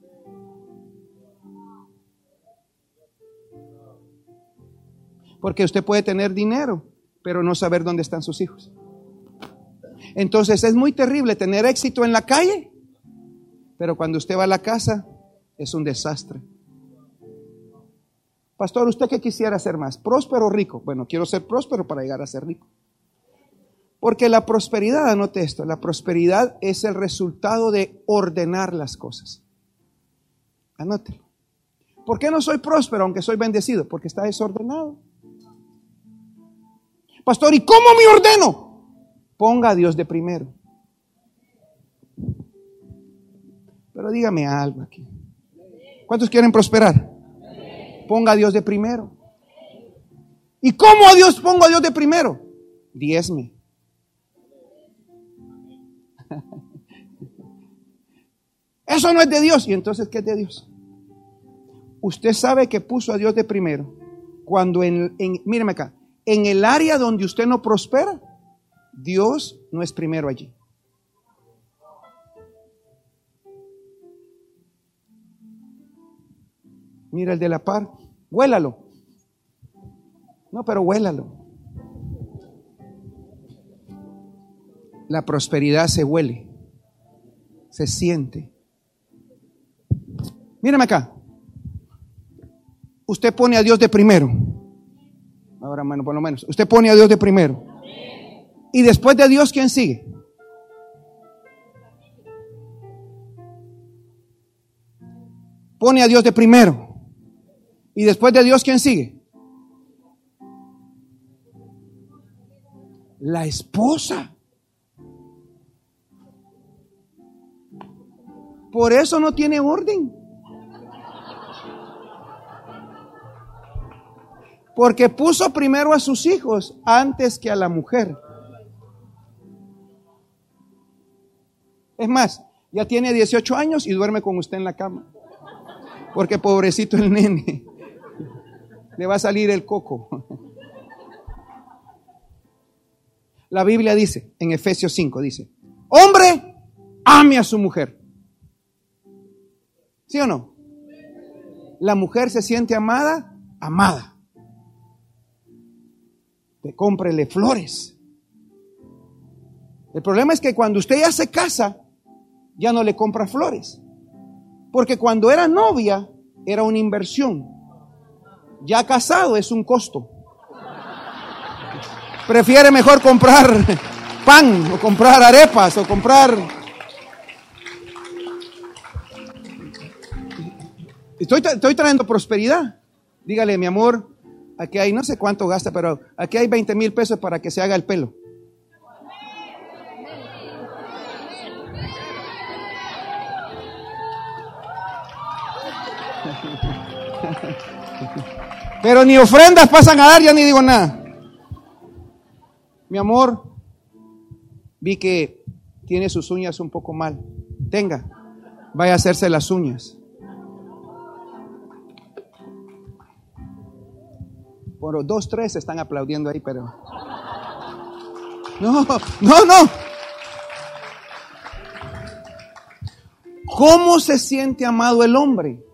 Porque usted puede tener dinero, pero no saber dónde están sus hijos. Entonces es muy terrible tener éxito en la calle, pero cuando usted va a la casa es un desastre. Pastor, ¿usted qué quisiera ser más? ¿Próspero o rico? Bueno, quiero ser próspero para llegar a ser rico. Porque la prosperidad, anote esto, la prosperidad es el resultado de ordenar las cosas. Anótelo. ¿Por qué no soy próspero aunque soy bendecido? Porque está desordenado. Pastor, ¿y cómo me ordeno? Ponga a Dios de primero. Pero dígame algo aquí. ¿Cuántos quieren prosperar? Ponga a Dios de primero. ¿Y cómo a Dios pongo a Dios de primero? Diezme. Eso no es de Dios. ¿Y entonces qué es de Dios? Usted sabe que puso a Dios de primero cuando en, en míreme acá, en el área donde usted no prospera, Dios no es primero allí. Mira el de la par, huélalo. No, pero huélalo. La prosperidad se huele, se siente. Mírame acá. Usted pone a Dios de primero. Ahora, bueno, por lo menos. Usted pone a Dios de primero. Y después de Dios, ¿quién sigue? Pone a Dios de primero. Y después de Dios, ¿quién sigue? La esposa. Por eso no tiene orden. Porque puso primero a sus hijos antes que a la mujer. Es más, ya tiene dieciocho años y duerme con usted en la cama. Porque pobrecito el nene, le va a salir el coco. La Biblia dice, en Efesios cinco, dice, hombre, ame a su mujer. ¿Sí o no? La mujer se siente amada, amada. Te cómprele flores. El problema es que cuando usted ya se casa, ya no le compra flores. Porque cuando era novia, era una inversión. Ya casado es un costo. Prefiere mejor comprar pan, o comprar arepas, o comprar... Estoy, estoy trayendo prosperidad. Dígale, mi amor, aquí hay, no sé cuánto gasta, pero aquí hay veinte mil pesos para que se haga el pelo. Pero ni ofrendas pasan a dar, ya ni digo nada. Mi amor, vi que tiene sus uñas un poco mal. Tenga, vaya a hacerse las uñas. Bueno, dos, tres están aplaudiendo ahí, pero... No, no, no. ¿Cómo se siente amado el hombre?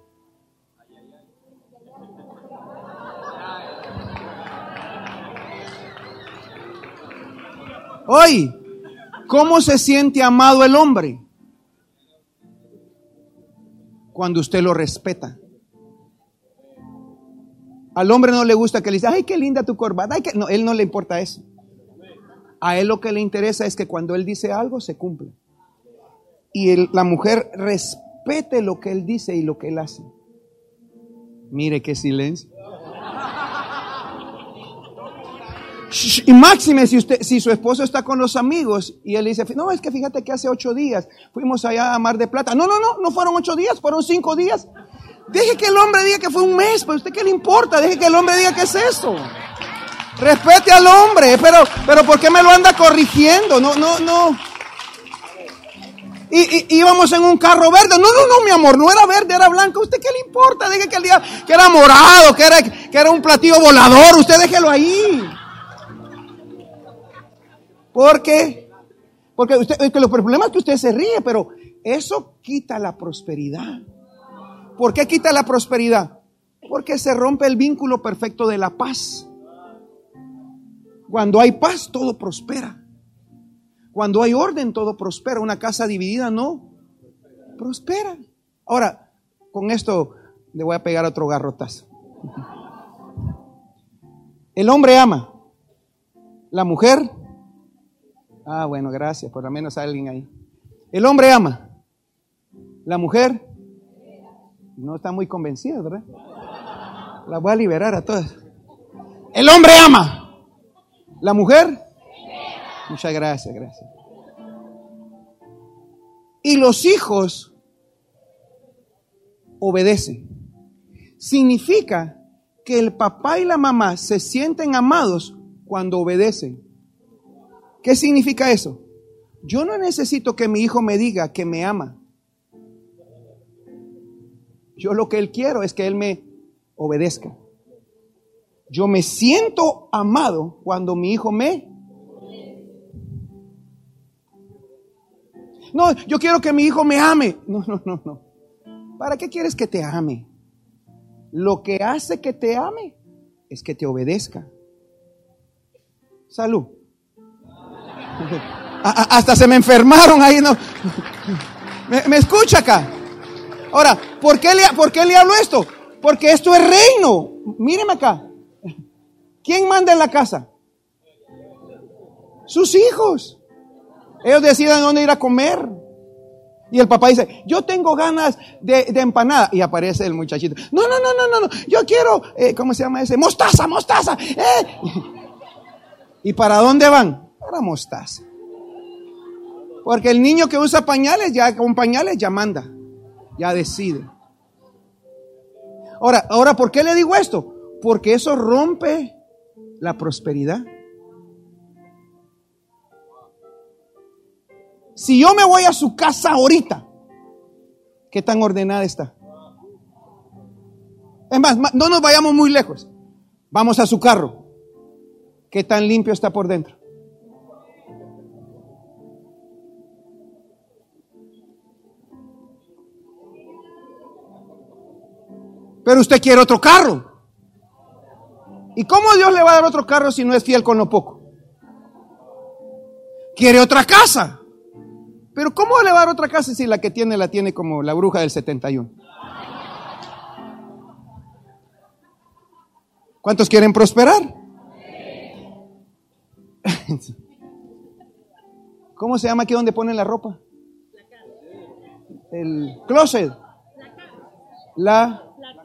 Hoy, ¿cómo se siente amado el hombre? Cuando usted lo respeta. Al hombre no le gusta que le diga, ay, qué linda tu corbata. Ay, que... No, a él no le importa eso. A él lo que le interesa es que cuando él dice algo, se cumple. Y el, la mujer respete lo que él dice y lo que él hace. Mire qué silencio. Y máxime si usted, si su esposo está con los amigos y él dice, no, es que fíjate que hace ocho días fuimos allá a Mar de Plata. No, no, no, no fueron ocho días, fueron cinco días. Deje que el hombre diga que fue un mes, pero a usted qué le importa, deje que el hombre diga que es eso. Respete al hombre, pero, pero ¿por qué me lo anda corrigiendo? No, no, no. Y, y íbamos en un carro verde. No, no, no, mi amor, no era verde, era blanco. ¿Usted qué le importa? Deje que el día, que era morado, que era, que era un platillo volador. Usted déjelo ahí. Porque, porque usted, que los problemas es que usted se ríe, pero eso quita la prosperidad. ¿Por qué quita la prosperidad? Porque se rompe el vínculo perfecto de la paz. Cuando hay paz, todo prospera. Cuando hay orden, todo prospera. Una casa dividida no prospera. Ahora, con esto le voy a pegar otro garrotazo. El hombre ama. La mujer. Ah, bueno, gracias. Por lo menos hay alguien ahí. El hombre ama. La mujer. No está muy convencida, ¿verdad? La voy a liberar a todas. El hombre ama. La mujer. Muchas gracias, gracias. Y los hijos obedecen. Significa que el papá y la mamá se sienten amados cuando obedecen. ¿Qué significa eso? Yo no necesito que mi hijo me diga que me ama. Yo lo que él quiero es que él me obedezca. Yo me siento amado cuando mi hijo me... No, yo quiero que mi hijo me ame. No, no, no, no. ¿Para qué quieres que te ame? Lo que hace que te ame es que te obedezca. Salud. Hasta se me enfermaron ahí, ¿no? ¿Me, me escucha acá? Ahora, ¿por qué, le, ¿por qué le hablo esto? Porque esto es reino. Míreme acá. ¿Quién manda en la casa? Sus hijos. Ellos deciden dónde ir a comer. Y el papá dice, yo tengo ganas de, de empanada. Y aparece el muchachito. No, no, no, no, no, no. Yo quiero, eh, ¿cómo se llama ese? Mostaza, mostaza. Eh. ¿Y para dónde van? Para mostaza. Porque el niño que usa pañales, ya con pañales ya manda. Ya decide. Ahora, ahora, ¿por qué le digo esto? Porque eso rompe la prosperidad. Si yo me voy a su casa ahorita, ¿qué tan ordenada está? Es más, no nos vayamos muy lejos. Vamos a su carro. ¿Qué tan limpio está por dentro? Pero usted quiere otro carro. ¿Y cómo Dios le va a dar otro carro si no es fiel con lo poco? Quiere otra casa. Pero ¿cómo le va a dar otra casa si la que tiene la tiene como la bruja del setenta y uno? ¿Cuántos quieren prosperar? ¿Cómo se llama aquí donde ponen la ropa? El closet. La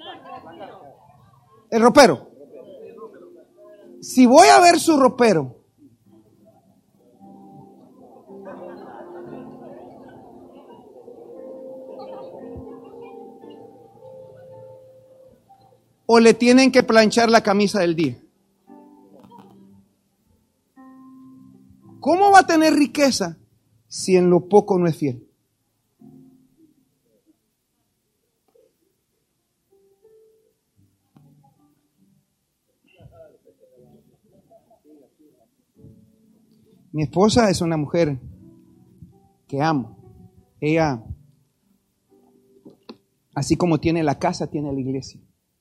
El ropero. Si voy a ver su ropero, o le tienen que planchar la camisa del día. ¿Cómo va a tener riqueza si en lo poco no es fiel? Mi esposa es una mujer que amo. Ella, así como tiene la casa, tiene la iglesia.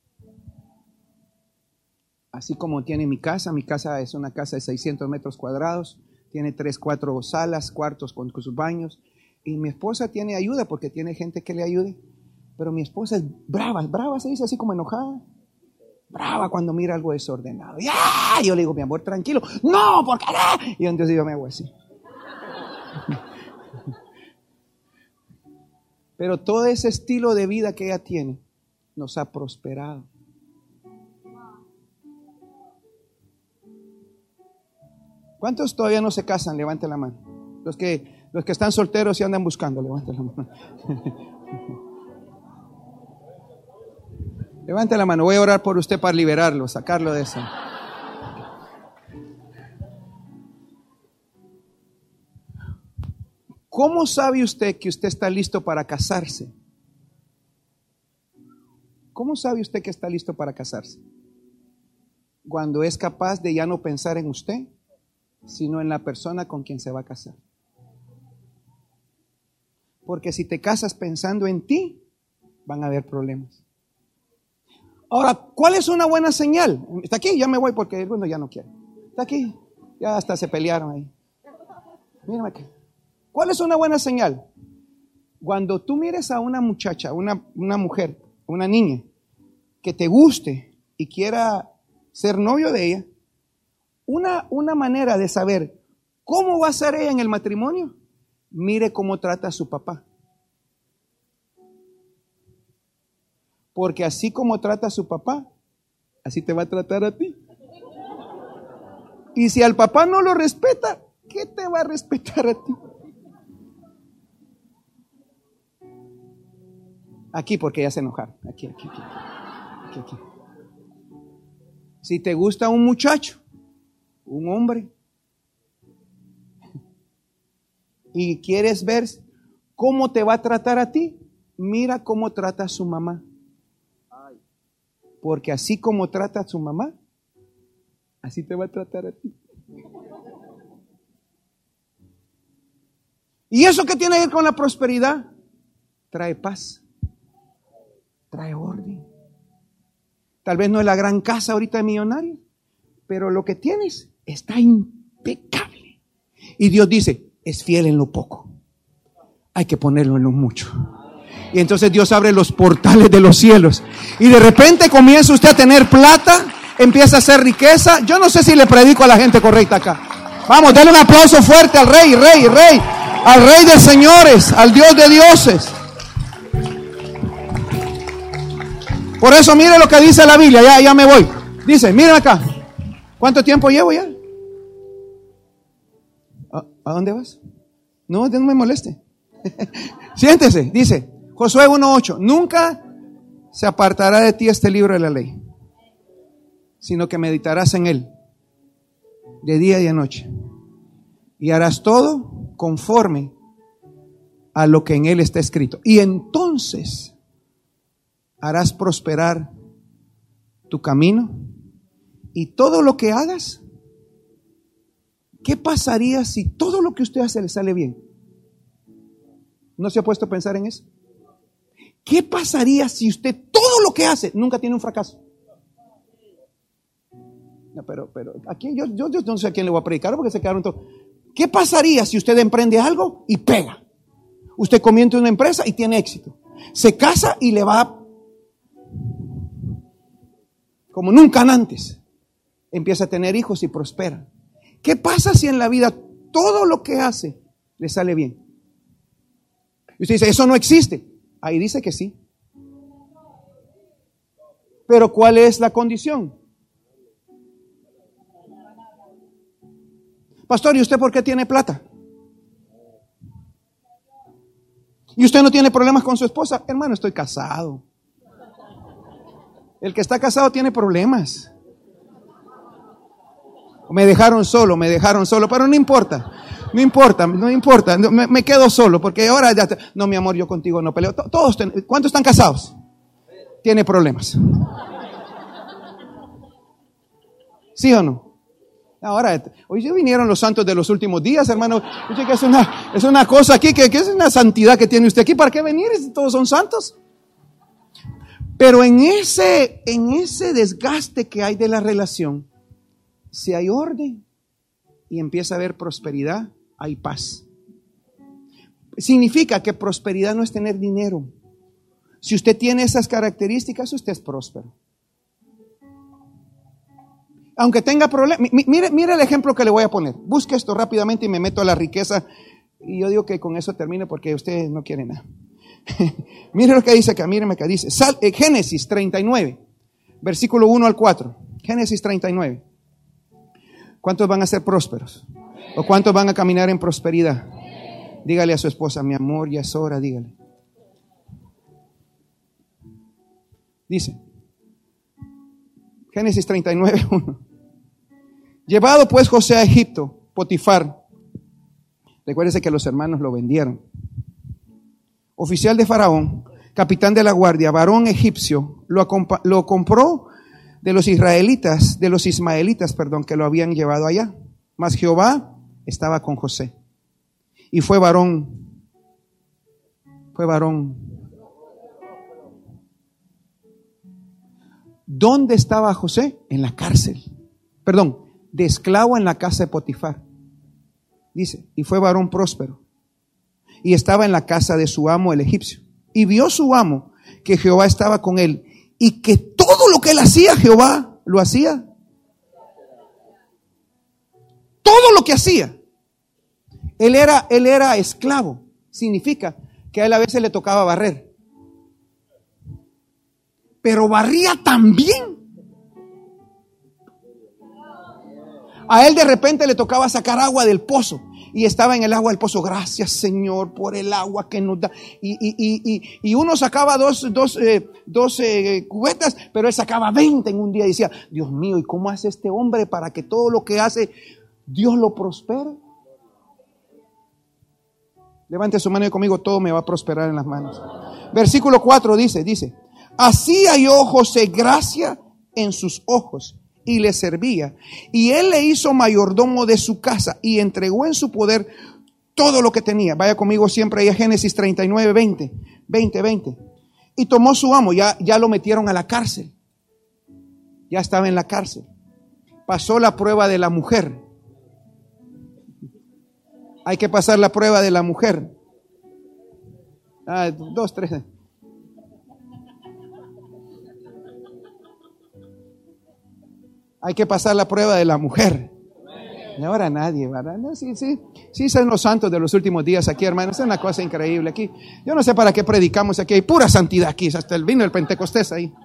Así como tiene mi casa, mi casa es una casa de seiscientos metros cuadrados, tiene tres, cuatro salas, cuartos con, con sus baños. Y mi esposa tiene ayuda porque tiene gente que le ayude. Pero mi esposa es brava, brava se dice así como enojada. Brava cuando mira algo desordenado. Y ¡ah! Yo le digo, mi amor, tranquilo. No, porque no. Y entonces yo me hago así. Pero todo ese estilo de vida que ella tiene nos ha prosperado. ¿Cuántos todavía no se casan? Levanten la mano. Los que, los que están solteros y andan buscando, levanten la mano. Levante la mano, voy a orar por usted para liberarlo, sacarlo de eso. ¿Cómo sabe usted que usted está listo para casarse? ¿Cómo sabe usted que está listo para casarse? Cuando es capaz de ya no pensar en usted, sino en la persona con quien se va a casar. Porque si te casas pensando en ti, van a haber problemas. Ahora, ¿cuál es una buena señal? Está aquí, ya me voy porque el mundo ya no quiere. Está aquí, ya hasta se pelearon ahí. Mírame aquí. ¿Cuál es una buena señal? Cuando tú mires a una muchacha, una, una mujer, una niña, que te guste y quiera ser novio de ella, una, una manera de saber cómo va a ser ella en el matrimonio, mire cómo trata a su papá. Porque así como trata a su papá, así te va a tratar a ti. Y si al papá no lo respeta, ¿qué te va a respetar a ti? Aquí, porque ya se enojaron. Aquí, aquí, aquí. aquí, aquí. Si te gusta un muchacho, un hombre, y quieres ver cómo te va a tratar a ti, mira cómo trata a su mamá. Porque así como trata a su mamá, así te va a tratar a ti. ¿Y eso qué tiene que ver con la prosperidad? Trae paz, trae orden. Tal vez no es la gran casa ahorita de millonario, pero lo que tienes está impecable. Y Dios dice, es fiel en lo poco, hay que ponerlo en lo mucho. Y entonces Dios abre los portales de los cielos. Y de repente comienza usted a tener plata, empieza a hacer riqueza. Yo no sé si le predico a la gente correcta acá. Vamos, denle un aplauso fuerte al Rey, Rey, Rey, al Rey de señores, al Dios de dioses. Por eso mire lo que dice la Biblia, ya, ya me voy. Dice, miren acá, ¿cuánto tiempo llevo ya? ¿A, ¿a dónde vas? No, no me moleste. Siéntese, dice Josué uno ocho, nunca se apartará de ti este libro de la ley, sino que meditarás en él de día y de noche, y harás todo conforme a lo que en él está escrito. Y entonces harás prosperar tu camino y todo lo que hagas. ¿Qué pasaría si todo lo que usted hace le sale bien? ¿No se ha puesto a pensar en eso? ¿Qué pasaría si usted todo lo que hace nunca tiene un fracaso? No, pero, pero aquí yo, yo, yo no sé a quién le voy a predicar porque se quedaron todos. ¿Qué pasaría si usted emprende algo y pega? Usted comienza una empresa y tiene éxito. Se casa y le va como nunca antes. Empieza a tener hijos y prospera. ¿Qué pasa si en la vida todo lo que hace le sale bien? Y usted dice, eso no existe. Ahí dice que sí. Pero ¿cuál es la condición? Pastor, ¿y usted por qué tiene plata? ¿Y usted no tiene problemas con su esposa? Hermano, estoy casado. El que está casado tiene problemas. Me dejaron solo, me dejaron solo, pero no importa. No importa, no importa, me, me quedo solo porque ahora ya, te, no mi amor, yo contigo no peleo. Todos, ten, ¿cuántos están casados? Tiene problemas. ¿Sí o no? Ahora, hoy vinieron los santos de los últimos días, hermano. Oye, que es una, es una cosa aquí, que, que es una santidad que tiene usted aquí. ¿Para qué venir? Todos son santos. Pero en ese, en ese desgaste que hay de la relación, si hay orden y empieza a haber prosperidad, hay paz. Significa que prosperidad no es tener dinero. Si usted tiene esas características, usted es próspero. Aunque tenga problemas, mire, mire el ejemplo que le voy a poner. Busque esto rápidamente y me meto a la riqueza. Y yo digo que con eso termino porque usted no quiere nada. Mire lo que dice acá, míreme que dice. Sal, eh, Génesis treinta y nueve, versículo uno al cuatro. Génesis treinta y nueve. ¿Cuántos van a ser prósperos? ¿O cuántos van a caminar en prosperidad? Dígale a su esposa, mi amor, ya es hora, dígale. Dice, Génesis treinta y nueve, uno. Llevado pues José a Egipto, Potifar, Recuérdese que los hermanos lo vendieron. Oficial de Faraón, capitán de la guardia, varón egipcio, lo, lo compró de los israelitas, de los ismaelitas, perdón, que lo habían llevado allá. Mas Jehová estaba con José. Y fue varón, fue varón. ¿Dónde estaba José? En la cárcel. Perdón, de esclavo en la casa de Potifar. Dice, y fue varón próspero. Y estaba en la casa de su amo el egipcio. Y vio su amo que Jehová estaba con él. Y que todo lo que él hacía, Jehová lo hacía. Todo lo que hacía. Él era, él era esclavo. Significa que a él a veces le tocaba barrer. Pero barría tan bien. A él de repente le tocaba sacar agua del pozo. Y estaba en el agua del pozo. Gracias, Señor, por el agua que nos da. Y, y, y, y, y uno sacaba dos, dos, eh, dos eh, cubetas, pero él sacaba veinte en un día. Y decía, Dios mío, ¿y cómo hace este hombre para que todo lo que hace, Dios lo prospere? Levante su mano y conmigo, todo me va a prosperar en las manos. Versículo cuatro dice, dice, así halló José gracia en sus ojos y le servía. Y él le hizo mayordomo de su casa y entregó en su poder todo lo que tenía. Vaya conmigo siempre ahí a Génesis treinta y nueve, veinte, veinte, veinte. Y tomó su amo, ya, ya lo metieron a la cárcel. Ya estaba en la cárcel. Pasó la prueba de la mujer. Hay que pasar la prueba de la mujer. Ah, dos, tres. Hay que pasar la prueba de la mujer. Y ahora nadie, ¿verdad? No, sí, sí, sí, son los santos de los últimos días aquí, hermanos. Es una cosa increíble aquí. Yo no sé para qué predicamos aquí. Hay pura santidad aquí. Hasta el vino del Pentecostés ahí.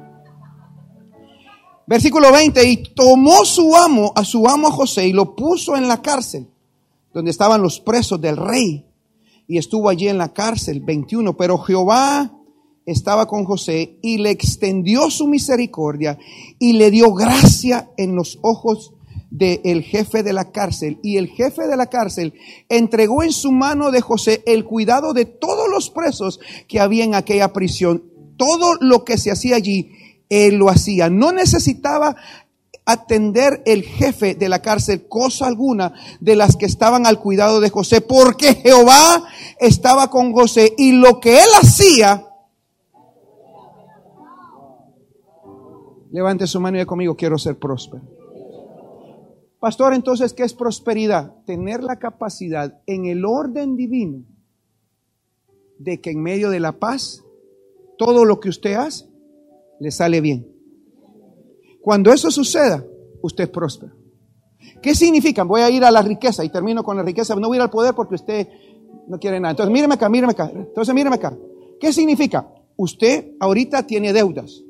Versículo veinte. Y tomó su amo, a su amo José, y lo puso en la cárcel, donde estaban los presos del rey. Y estuvo allí en la cárcel. veintiuno. Pero Jehová estaba con José y le extendió su misericordia y le dio gracia en los ojos del jefe de la cárcel. Y el jefe de la cárcel entregó en su mano de José el cuidado de todos los presos que había en aquella prisión. Todo lo que se hacía allí, él lo hacía. No necesitaba atender el jefe de la cárcel cosa alguna de las que estaban al cuidado de José, porque Jehová estaba con José y lo que él hacía. Levante su mano y diga conmigo, quiero ser próspero. Pastor, entonces, ¿qué es prosperidad? Tener la capacidad en el orden divino de que en medio de la paz, todo lo que usted hace le sale bien. Cuando eso suceda, usted es próspero. ¿Qué significa? Voy a ir a la riqueza y termino con la riqueza. No voy a ir al poder porque usted no quiere nada. Entonces, míreme acá, míreme acá. Entonces, míreme acá. ¿Qué significa? Usted ahorita tiene deudas.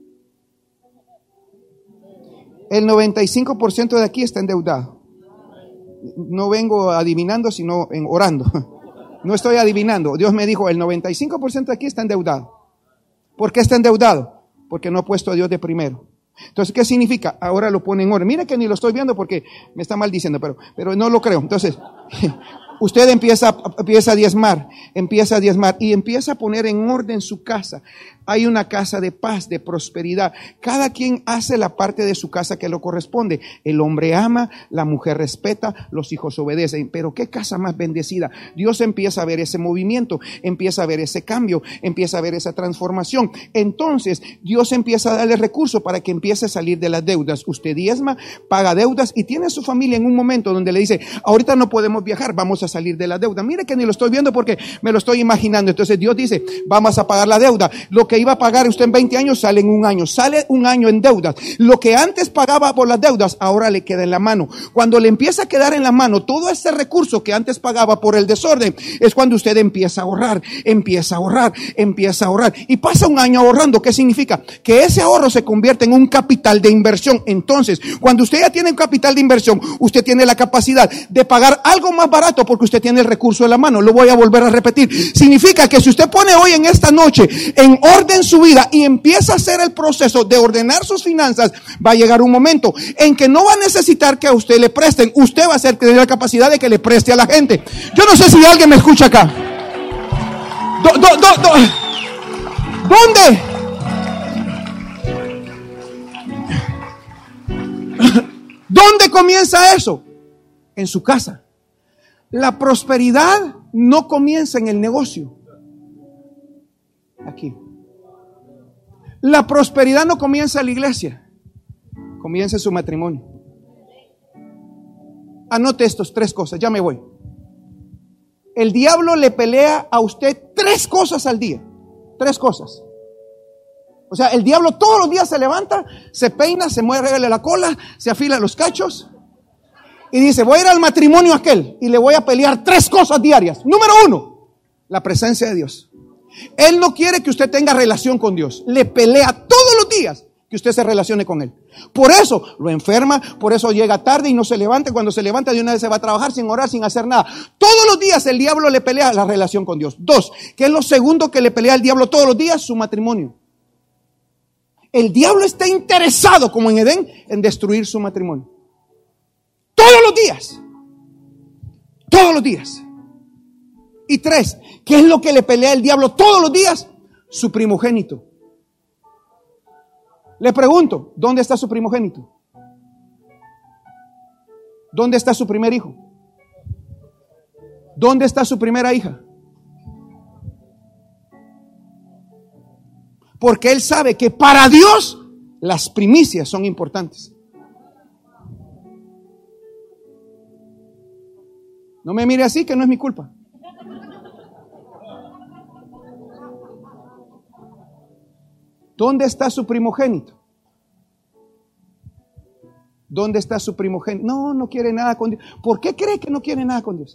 El noventa y cinco por ciento de aquí está endeudado. No vengo adivinando, sino en orando. No estoy adivinando. Dios me dijo, el noventa y cinco por ciento de aquí está endeudado. ¿Por qué está endeudado? Porque no ha puesto a Dios de primero. Entonces, ¿qué significa? Ahora lo pone en orden. Mire que ni lo estoy viendo porque me está maldiciendo, pero, pero no lo creo. Entonces, usted empieza, empieza a diezmar, empieza a diezmar y empieza a poner en orden su casa. Hay una casa de paz, de prosperidad. Cada quien hace la parte de su casa que le corresponde. El hombre ama, la mujer respeta, los hijos obedecen. Pero qué casa más bendecida. Dios empieza a ver ese movimiento, empieza a ver ese cambio, empieza a ver esa transformación. Entonces, Dios empieza a darle recursos para que empiece a salir de las deudas. Usted diezma, paga deudas y tiene a su familia en un momento donde le dice, ahorita no podemos viajar, vamos a salir de la deuda. Mire que ni lo estoy viendo porque me lo estoy imaginando. Entonces Dios dice, vamos a pagar la deuda. Lo que iba a pagar usted en veinte años sale en un año. Sale un año en deudas. Lo que antes pagaba por las deudas, ahora le queda en la mano. Cuando le empieza a quedar en la mano todo ese recurso que antes pagaba por el desorden, es cuando usted empieza a ahorrar, empieza a ahorrar, empieza a ahorrar. Y pasa un año ahorrando. ¿Qué significa? Que ese ahorro se convierte en un capital de inversión. Entonces, cuando usted ya tiene un capital de inversión, usted tiene la capacidad de pagar algo más barato porque usted tiene el recurso en la mano. Lo voy a volver a repetir. Significa que si usted pone hoy en esta noche en orden su vida y empieza a hacer el proceso de ordenar sus finanzas, va a llegar un momento en que no va a necesitar que a usted le presten. Usted va a ser, tener la capacidad de que le preste a la gente. Yo no sé si alguien me escucha acá. Do, do, do, do. ¿Dónde? ¿Dónde comienza eso? En su casa. La prosperidad no comienza en el negocio. Aquí. La prosperidad no comienza en la iglesia. Comienza en su matrimonio. Anote estos tres cosas, ya me voy. El diablo le pelea a usted tres cosas al día. Tres cosas. O sea, el diablo todos los días se levanta, se peina, se mueve la cola, se afila los cachos y dice, voy a ir al matrimonio aquel y le voy a pelear tres cosas diarias. Número uno, la presencia de Dios. Él no quiere que usted tenga relación con Dios. Le pelea todos los días que usted se relacione con Él. Por eso lo enferma, por eso llega tarde y no se levanta. Cuando se levanta de una vez se va a trabajar sin orar, sin hacer nada. Todos los días el diablo le pelea la relación con Dios. Dos, ¿qué es lo segundo que le pelea al diablo todos los días? Su matrimonio. El diablo está interesado, como en Edén, en destruir su matrimonio. Todos los días. Todos los días. Y tres, ¿qué es lo que le pelea el diablo todos los días? Su primogénito. Le pregunto, ¿dónde está su primogénito? ¿Dónde está su primer hijo? ¿Dónde está su primera hija? Porque Él sabe que para Dios las primicias son importantes. No me mire así, que no es mi culpa. ¿Dónde está su primogénito? ¿Dónde está su primogénito? No, no quiere nada con Dios. ¿Por qué cree que no quiere nada con Dios?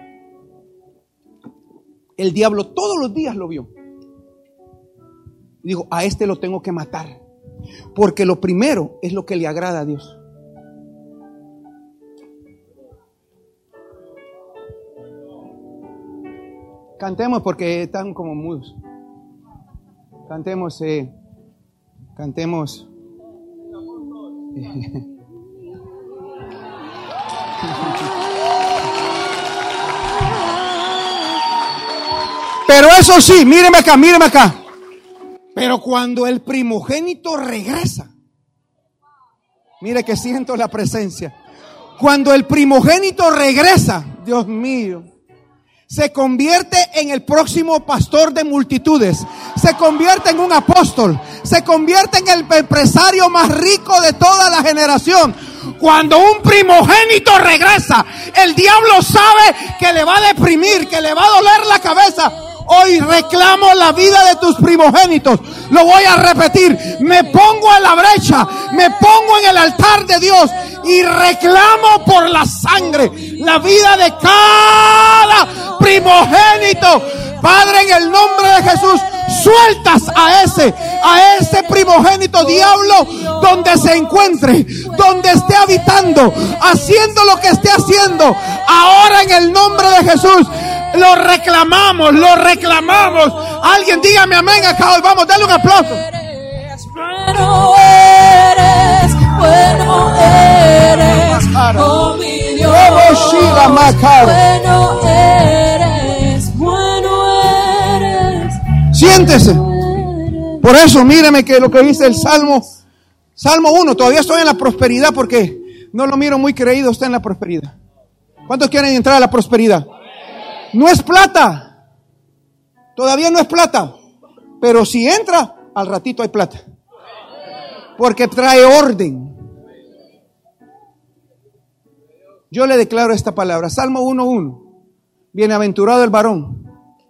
El diablo todos los días lo vio. Digo, a este lo tengo que matar. Porque lo primero es lo que le agrada a Dios. Cantemos porque están como mudos. Cantemos, eh, cantemos. Pero eso sí, míreme acá, míreme acá. Pero cuando el primogénito regresa, mire que siento la presencia. Cuando el primogénito regresa, Dios mío, se convierte en el próximo pastor de multitudes, se convierte en un apóstol, se convierte en el empresario más rico de toda la generación. Cuando un primogénito regresa, el diablo sabe que le va a deprimir, que le va a doler la cabeza. Hoy reclamo la vida de tus primogénitos. Lo voy a repetir. Me pongo en la brecha, me pongo en el altar de Dios y reclamo por la sangre la vida de cada primogénito. Padre, en el nombre de Jesús, sueltas a ese, a ese primogénito, diablo, donde se encuentre, donde esté habitando, haciendo lo que esté haciendo. Ahora en el nombre de Jesús, lo reclamamos, lo reclamamos. Alguien dígame amén acá hoy. Vamos, dale un aplauso. Bueno eres, bueno eres, oh mi Dios. Bueno eres, bueno eres. Siéntese. Por eso, míreme que lo que dice el Salmo, Salmo uno, todavía estoy en la prosperidad porque no lo miro muy creído usted en la prosperidad. ¿Cuántos quieren entrar a la prosperidad? No es plata. Todavía no es plata. Pero si entra, al ratito hay plata. Porque trae orden. Yo le declaro esta palabra. Salmo uno uno. Bienaventurado el varón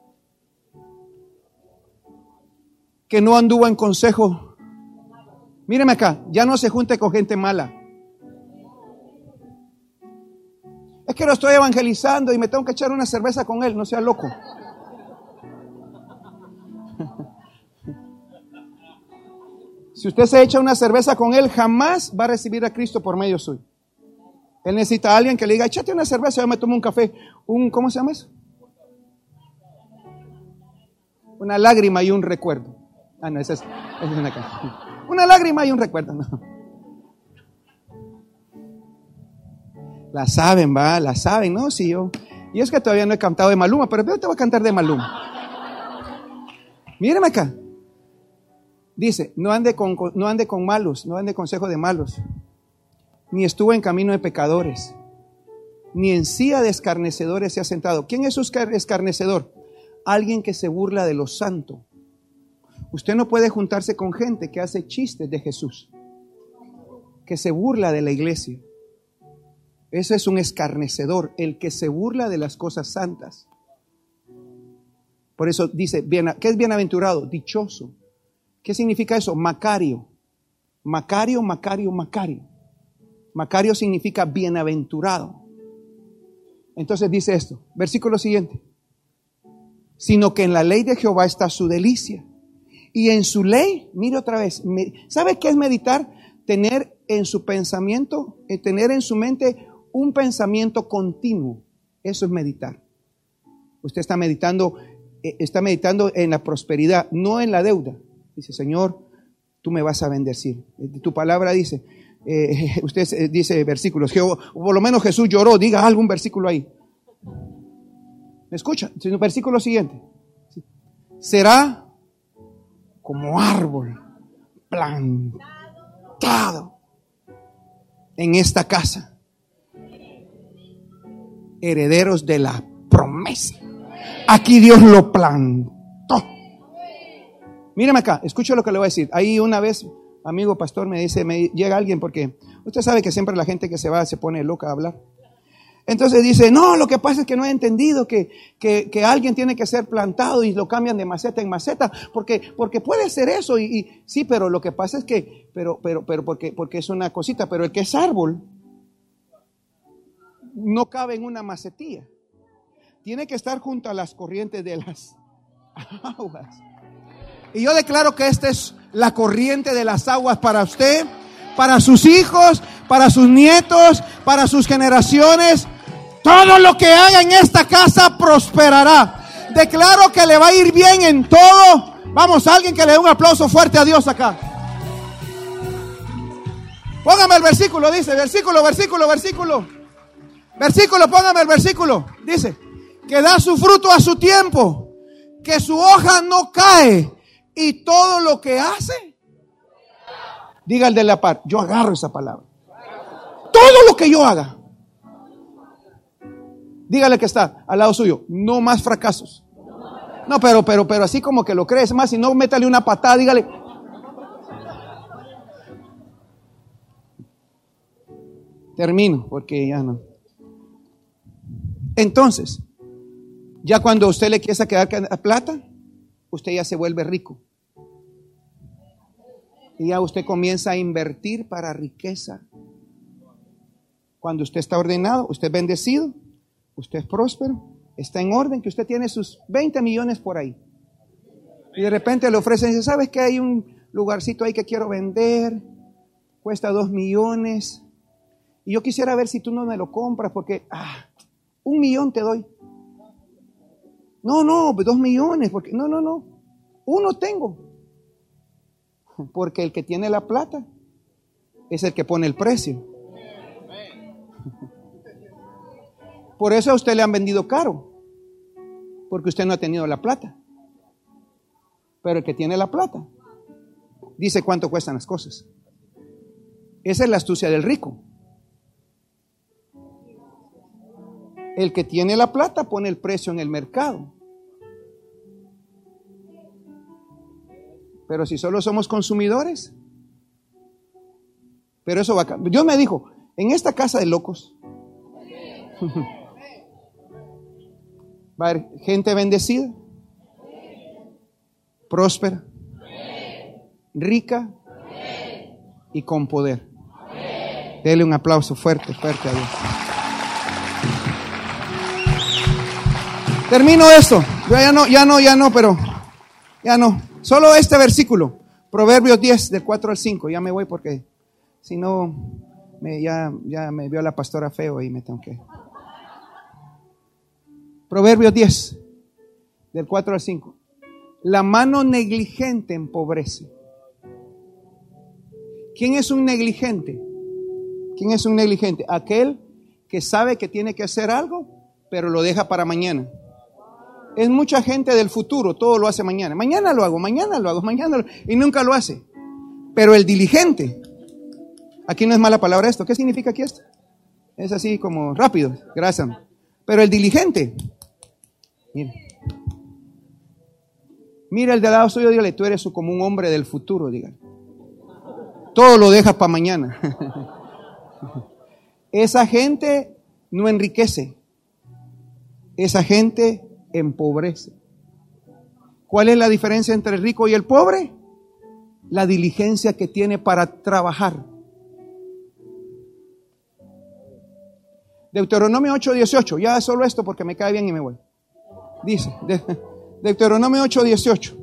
que no anduvo en consejo. Míreme acá. Ya no se junte con gente mala. Es que lo estoy evangelizando y me tengo que echar una cerveza con él. No sea loco. Si usted se echa una cerveza con él, jamás va a recibir a Cristo por medio suyo. Él necesita a alguien que le diga, échate una cerveza, yo me tomo un café. Un, ¿cómo se llama eso? Una lágrima y un recuerdo. Ah, no, esa es, esa es una canción. Una lágrima y un recuerdo, no. La saben, va, la saben, ¿no? Sí, yo. Y es que todavía no he cantado de Maluma, pero yo te voy a cantar de Maluma. Mírame acá. Dice, no ande con, no ande con malos, no ande consejo de malos, ni estuvo en camino de pecadores, ni en silla de escarnecedores se ha sentado. ¿Quién es un escarnecedor? Alguien que se burla de lo santo. Usted no puede juntarse con gente que hace chistes de Jesús, que se burla de la iglesia. Ese es un escarnecedor, el que se burla de las cosas santas. Por eso dice, ¿qué es bienaventurado? Dichoso. ¿Qué significa eso? Macario. Macario, Macario, Macario. Macario significa bienaventurado. Entonces dice esto, versículo siguiente. Sino que en la ley de Jehová está su delicia. Y en su ley, mire otra vez, ¿sabe qué es meditar? Tener en su pensamiento, tener en su mente un pensamiento continuo. Eso es meditar. Usted está meditando, está meditando en la prosperidad, no en la deuda. Dice, Señor, tú me vas a bendecir. Tu palabra dice, eh, usted dice versículos, que por lo menos Jesús lloró, diga algún versículo ahí. ¿Me escucha? El versículo siguiente. Será como árbol plantado en esta casa, herederos de la promesa. Aquí Dios lo plantó. Mírame acá, escucha lo que le voy a decir. Ahí una vez, amigo pastor, me dice, me llega alguien porque usted sabe que siempre la gente que se va se pone loca a hablar. Entonces dice, no, lo que pasa es que no he entendido que, que, que alguien tiene que ser plantado y lo cambian de maceta en maceta, porque, porque puede ser eso, y, y sí, pero lo que pasa es que, pero, pero, pero porque, porque es una cosita, pero el que es árbol no cabe en una macetilla, tiene que estar junto a las corrientes de las aguas. Y yo declaro que esta es la corriente de las aguas para usted, para sus hijos, para sus nietos, para sus generaciones. Todo lo que haga en esta casa prosperará. Declaro que le va a ir bien en todo. Vamos, alguien que le dé un aplauso fuerte a Dios acá. Póngame el versículo, dice, versículo, versículo, versículo. Versículo, póngame el versículo. Dice, que da su fruto a su tiempo, que su hoja no cae, y todo lo que hace, diga el de la par, yo agarro esa palabra. Todo lo que yo haga, dígale que está al lado suyo, no más fracasos. No, pero, pero, pero así como que lo crees más, si no, métale una patada, dígale. Termino, porque ya no. Entonces, ya cuando usted le quiera quedar plata, usted ya se vuelve rico. Y ya usted comienza a invertir para riqueza. Cuando usted está ordenado, usted es bendecido, usted es próspero, está en orden, que usted tiene sus veinte millones por ahí. Y de repente le ofrecen, dice, ¿sabes que hay un lugarcito ahí que quiero vender? Cuesta dos millones. Y yo quisiera ver si tú no me lo compras porque, ah, un millón te doy. No, no, dos millones, porque no, no, no. Uno tengo. Porque el que tiene la plata es el que pone el precio. Por eso a usted le han vendido caro, porque usted no ha tenido la plata. Pero el que tiene la plata dice cuánto cuestan las cosas. Esa es la astucia del rico. El que tiene la plata pone el precio en el mercado. Pero si solo somos consumidores, pero eso va a cambiar. Dios me dijo, en esta casa de locos va a haber gente bendecida, próspera, rica y con poder. Dele un aplauso fuerte, fuerte a Dios. Termino esto. Yo ya no, ya no, ya no, pero ya no. Solo este versículo, Proverbios diez, del cuatro al cinco. Ya me voy porque si no, me, ya, ya me vio la pastora feo y me tengo que... Proverbios diez, del cuatro al cinco. La mano negligente empobrece. ¿Quién es un negligente? ¿Quién es un negligente? Aquel que sabe que tiene que hacer algo, pero lo deja para mañana. Es mucha gente del futuro, todo lo hace mañana. Mañana lo hago, mañana lo hago, mañana lo... y nunca lo hace. Pero el diligente, aquí no es mala palabra esto. ¿Qué significa aquí esto? Es así como rápido, gracias. Pero el diligente, mira, mira el de al lado suyo, dígale, tú eres como un hombre del futuro, dígale. Todo lo dejas para mañana. Esa gente no enriquece. Esa gente empobrece. ¿Cuál es la diferencia entre el rico y el pobre? La diligencia que tiene para trabajar. Deuteronomio ocho dieciocho, ya solo esto porque me cae bien y me voy. Dice, de, Deuteronomio ocho dieciocho.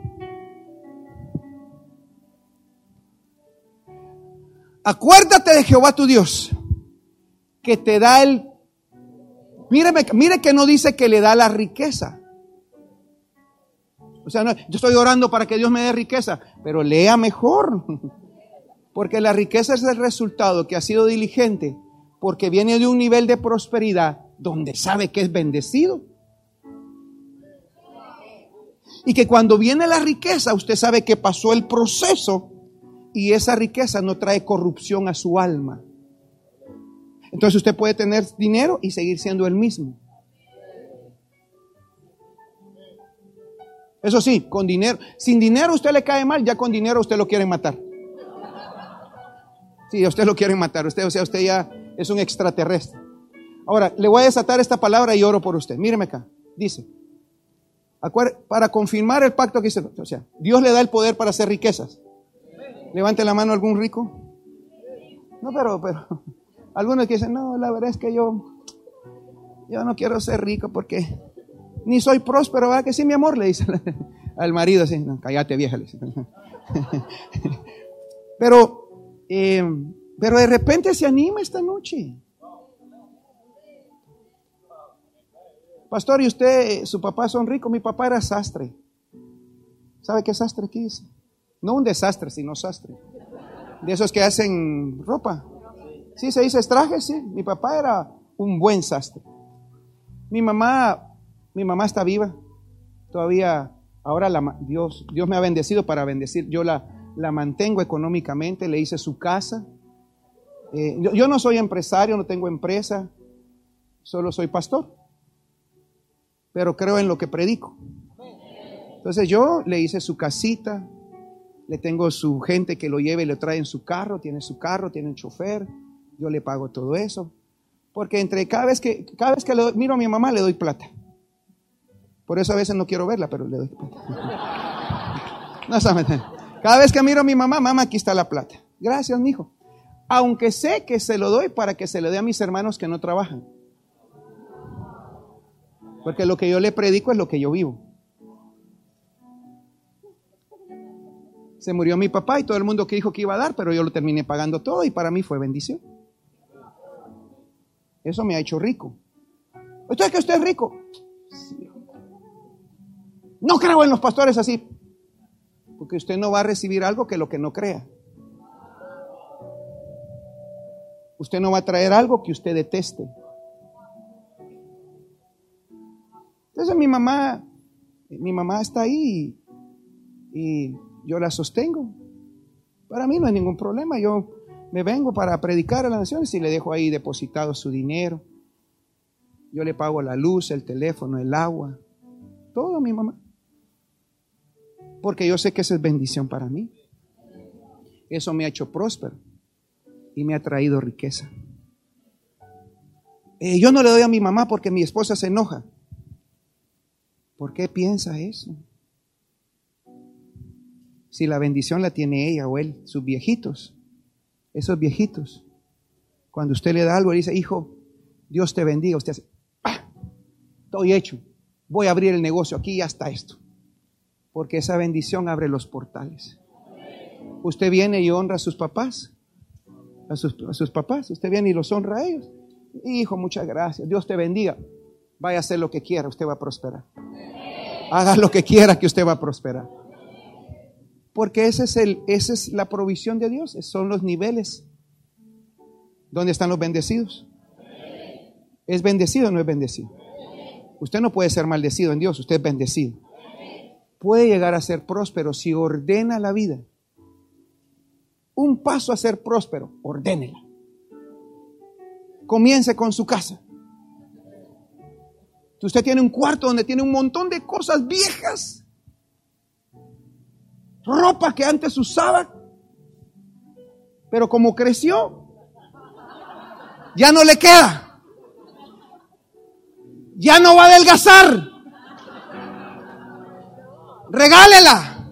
Acuérdate de Jehová tu Dios, que te da el... Míreme, mire que no dice que le da la riqueza. O sea, no, yo estoy orando para que Dios me dé riqueza, pero lea mejor. Porque la riqueza es el resultado que ha sido diligente, porque viene de un nivel de prosperidad donde sabe que es bendecido. Y que cuando viene la riqueza, usted sabe que pasó el proceso y esa riqueza no trae corrupción a su alma. Entonces usted puede tener dinero y seguir siendo el mismo. Eso sí, con dinero. Sin dinero usted le cae mal, ya con dinero usted lo quieren matar. Sí, usted lo quieren matar. Usted, o sea, usted ya es un extraterrestre. Ahora, le voy a desatar esta palabra y oro por usted. Míreme acá. Dice, para confirmar el pacto que hizo, o sea, Dios le da el poder para hacer riquezas. Levante la mano algún rico. No, pero, pero, algunos que dicen, no, la verdad es que yo, yo no quiero ser rico porque ni soy próspero, ¿verdad que sí, mi amor? Le dice al marido así, no, cállate vieja, le dice. Pero, eh, pero de repente se anima esta noche. Pastor, ¿y usted, su papá son ricos? Mi papá era sastre. ¿Sabe qué sastre aquí dice? No un desastre, sino sastre. De esos que hacen ropa. Sí, se dice trajes, sí. Mi papá era un buen sastre. Mi mamá, mi mamá está viva. Todavía, ahora la, Dios, Dios me ha bendecido para bendecir. Yo la, la mantengo económicamente, le hice su casa. Eh, yo, yo no soy empresario, no tengo empresa, solo soy pastor. Pero creo en lo que predico. Entonces yo le hice su casita. Le tengo su gente que lo lleve y lo trae en su carro, tiene su carro, tiene un chofer, yo le pago todo eso. Porque entre cada vez que cada vez que le doy, miro a mi mamá le doy plata. Por eso a veces no quiero verla, pero le doy plata. No saben. Cada vez que miro a mi mamá, mamá, aquí está la plata. Gracias, mijo. Aunque sé que se lo doy para que se lo dé a mis hermanos que no trabajan. Porque lo que yo le predico es lo que yo vivo. Se murió mi papá y todo el mundo que dijo que iba a dar, pero yo lo terminé pagando todo y para mí fue bendición. Eso me ha hecho rico. ¿Usted es que usted es rico? Sí. No creo en los pastores así. Porque usted no va a recibir algo que lo que no crea. Usted no va a traer algo que usted deteste. Entonces mi mamá, mi mamá está ahí y, y yo la sostengo. Para mí no hay ningún problema. Yo me vengo para predicar a las naciones y le dejo ahí depositado su dinero. Yo le pago la luz, el teléfono, el agua, todo a mi mamá. Porque yo sé que esa es bendición para mí. Eso me ha hecho próspero y me ha traído riqueza. Eh, yo no le doy a mi mamá porque mi esposa se enoja. ¿Por qué piensa eso? Si la bendición la tiene ella o él, sus viejitos, esos viejitos, cuando usted le da algo y dice, hijo, Dios te bendiga, usted hace, ¡ah! Estoy hecho, voy a abrir el negocio aquí y hasta esto, porque esa bendición abre los portales. Usted viene y honra a sus papás a sus, a sus papás. Usted viene y los honra a ellos. Hijo, muchas gracias. Dios te bendiga. Vaya a hacer lo que quiera, usted va a prosperar. Haga lo que quiera, que usted va a prosperar. Porque ese es el, esa es la provisión de Dios. Son los niveles donde están los bendecidos. ¿Es bendecido o no es bendecido? Usted no puede ser maldecido en Dios, usted es bendecido. Puede llegar a ser próspero si ordena la vida. Un paso a ser próspero, ordénela. Comience con su casa. Si usted tiene un cuarto donde tiene un montón de cosas viejas, ropa que antes usaba, pero como creció, ya no le queda. Ya no va a adelgazar. Regálela.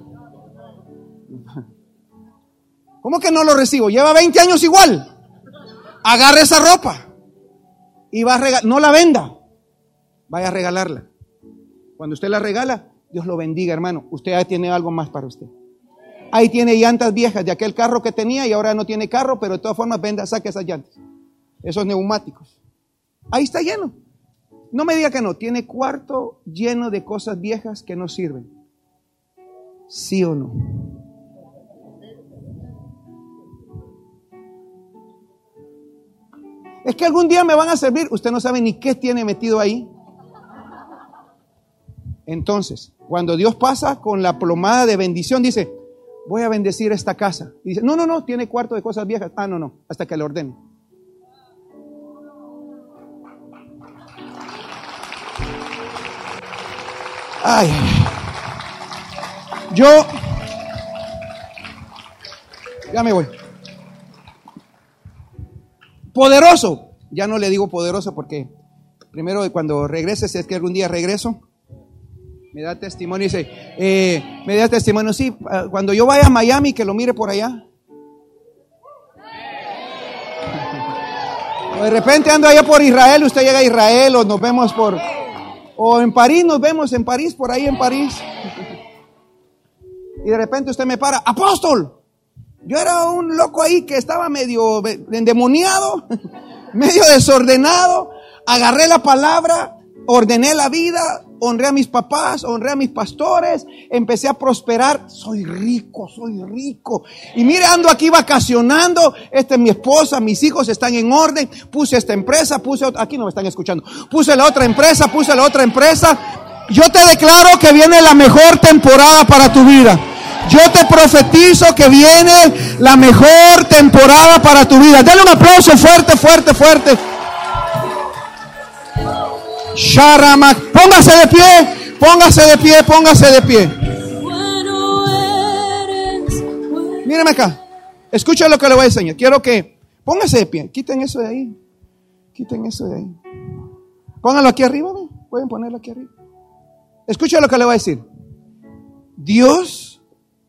¿Cómo que no lo recibo? Lleva veinte años igual. Agarre esa ropa y va a regalar. No la venda, vaya a regalarla. Cuando usted la regala, Dios lo bendiga, hermano. Usted ya tiene algo más para usted. Ahí tiene llantas viejas de aquel carro que tenía y ahora no tiene carro, pero de todas formas venda, saque esas llantas, esos neumáticos. Ahí está lleno. No me diga que no. Tiene cuarto lleno de cosas viejas que no sirven. ¿Sí o no? Es que algún día me van a servir. Usted no sabe ni qué tiene metido ahí. Entonces, cuando Dios pasa con la plomada de bendición, dice: voy a bendecir esta casa. Y dice: no, no, no, tiene cuarto de cosas viejas. Ah, no, no, hasta que le ordene. Ay, yo ya me voy. Poderoso, ya no le digo poderoso porque primero cuando regreses, es que algún día regreso, me da testimonio y dice, eh, me da testimonio, sí, cuando yo vaya a Miami, que lo mire por allá. O de repente ando allá por Israel, usted llega a Israel o nos vemos por... O en París, nos vemos en París, por ahí en París. Y de repente usted me para: apóstol, yo era un loco ahí que estaba medio endemoniado, medio desordenado. Agarré la palabra, ordené la vida, honré a mis papás, honré a mis pastores, empecé a prosperar. Soy rico, soy rico. Y mire, ando aquí vacacionando. Esta es mi esposa, mis hijos están en orden. Puse esta empresa, puse otra, aquí no me están escuchando. Puse la otra empresa, puse la otra empresa. Yo te declaro que viene la mejor temporada para tu vida. Yo te profetizo que viene la mejor temporada para tu vida. Dale un aplauso fuerte, fuerte, fuerte. Sharamak, póngase de pie, póngase de pie, póngase de pie. Míreme acá, escucha lo que le voy a enseñar. Quiero que póngase de pie, quiten eso de ahí, quiten eso de ahí. Pónganlo aquí arriba, ¿no? Pueden ponerlo aquí arriba. Escucha lo que le voy a decir. Dios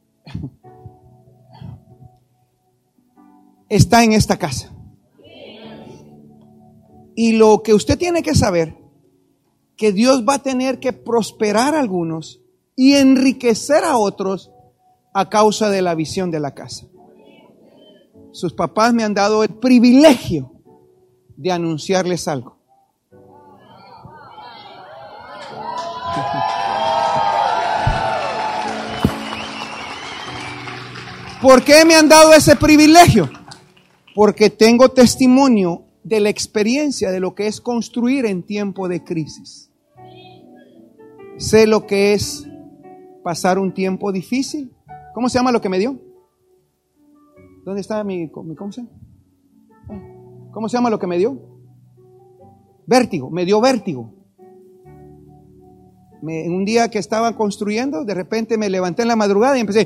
está en esta casa. Y lo que usted tiene que saber, que Dios va a tener que prosperar a algunos y enriquecer a otros a causa de la visión de la casa. Sus papás me han dado el privilegio de anunciarles algo. ¿Por qué me han dado ese privilegio? Porque tengo testimonio de la experiencia de lo que es construir en tiempo de crisis. Sé lo que es pasar un tiempo difícil. ¿Cómo se llama lo que me dio? ¿Dónde está mi, mi cómo se llama? ¿Cómo se llama lo que me dio? Vértigo, me dio vértigo. Me, un día que estaba construyendo, de repente me levanté en la madrugada y empecé.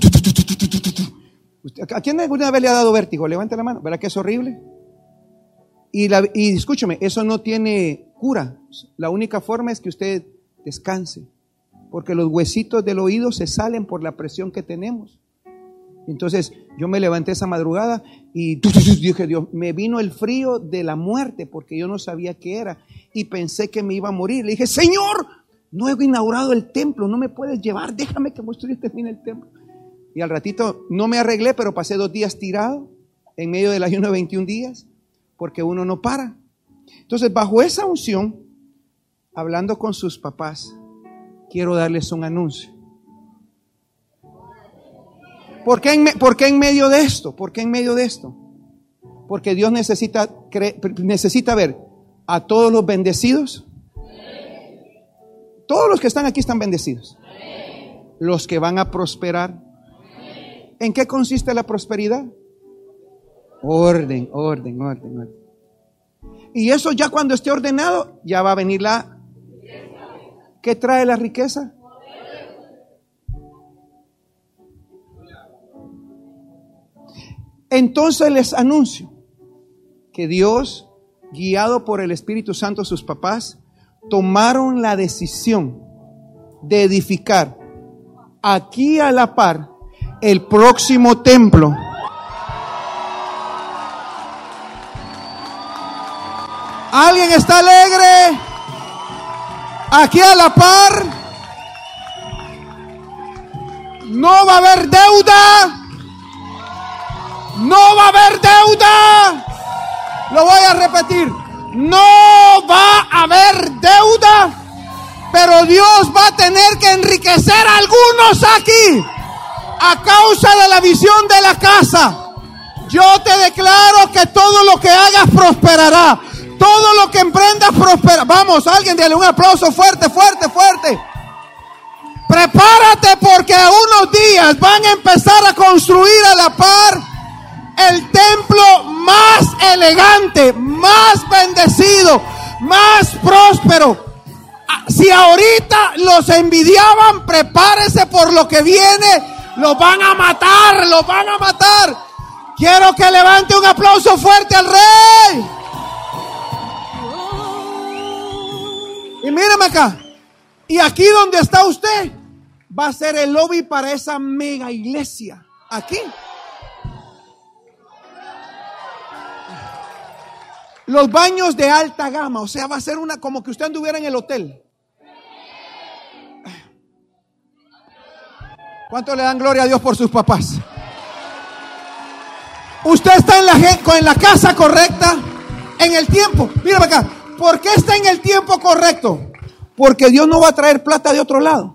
¿A quién alguna vez le ha dado vértigo? Levante la mano. ¿Verdad que es horrible? Y, la, y escúchame, eso no tiene cura. La única forma es que usted descanse, porque los huesitos del oído se salen por la presión que tenemos. Entonces yo me levanté esa madrugada y dije: Dios, me vino el frío de la muerte, porque yo no sabía qué era y pensé que me iba a morir. Le dije: Señor, no he inaugurado el templo, no me puedes llevar, déjame que construya y termine el templo. Y al ratito no me arreglé, pero pasé dos días tirado en medio del ayuno de veintiún días, porque uno no para. Entonces, bajo esa unción, hablando con sus papás, quiero darles un anuncio. ¿Por qué en, por qué en medio de esto? ¿Por qué en medio de esto? Porque Dios necesita, cre, necesita ver a todos los bendecidos. Todos los que están aquí están bendecidos. Los que van a prosperar. ¿En qué consiste la prosperidad? Orden, orden, orden, orden. Y eso ya cuando esté ordenado, ya va a venir la... ¿Qué trae la riqueza? Entonces les anuncio que Dios, guiado por el Espíritu Santo, sus papás, tomaron la decisión de edificar aquí a la par el próximo templo. ¿Alguien está alegre? Aquí a la par no va a haber deuda. No va a haber deuda. Lo voy a repetir. No va a haber deuda, pero Dios va a tener que enriquecer a algunos aquí a causa de la visión de la casa. Yo te declaro que todo lo que hagas prosperará. Todo lo que emprendas prospera. Vamos, alguien dale un aplauso fuerte, fuerte, fuerte. Prepárate porque a unos días van a empezar a construir a la par el templo más elegante, más bendecido, más próspero. Si ahorita los envidiaban, prepárese por lo que viene. Los van a matar, los van a matar. Quiero que levante un aplauso fuerte al Rey. Y mírame acá. Y aquí donde está usted va a ser el lobby para esa mega iglesia. Aquí. Los baños de alta gama, o sea, va a ser una como que usted anduviera en el hotel. ¿Cuánto le dan gloria a Dios por sus papás? Usted está en la, en la casa correcta, en el tiempo. Mírame acá. ¿Por qué está en el tiempo correcto? Porque Dios no va a traer plata de otro lado.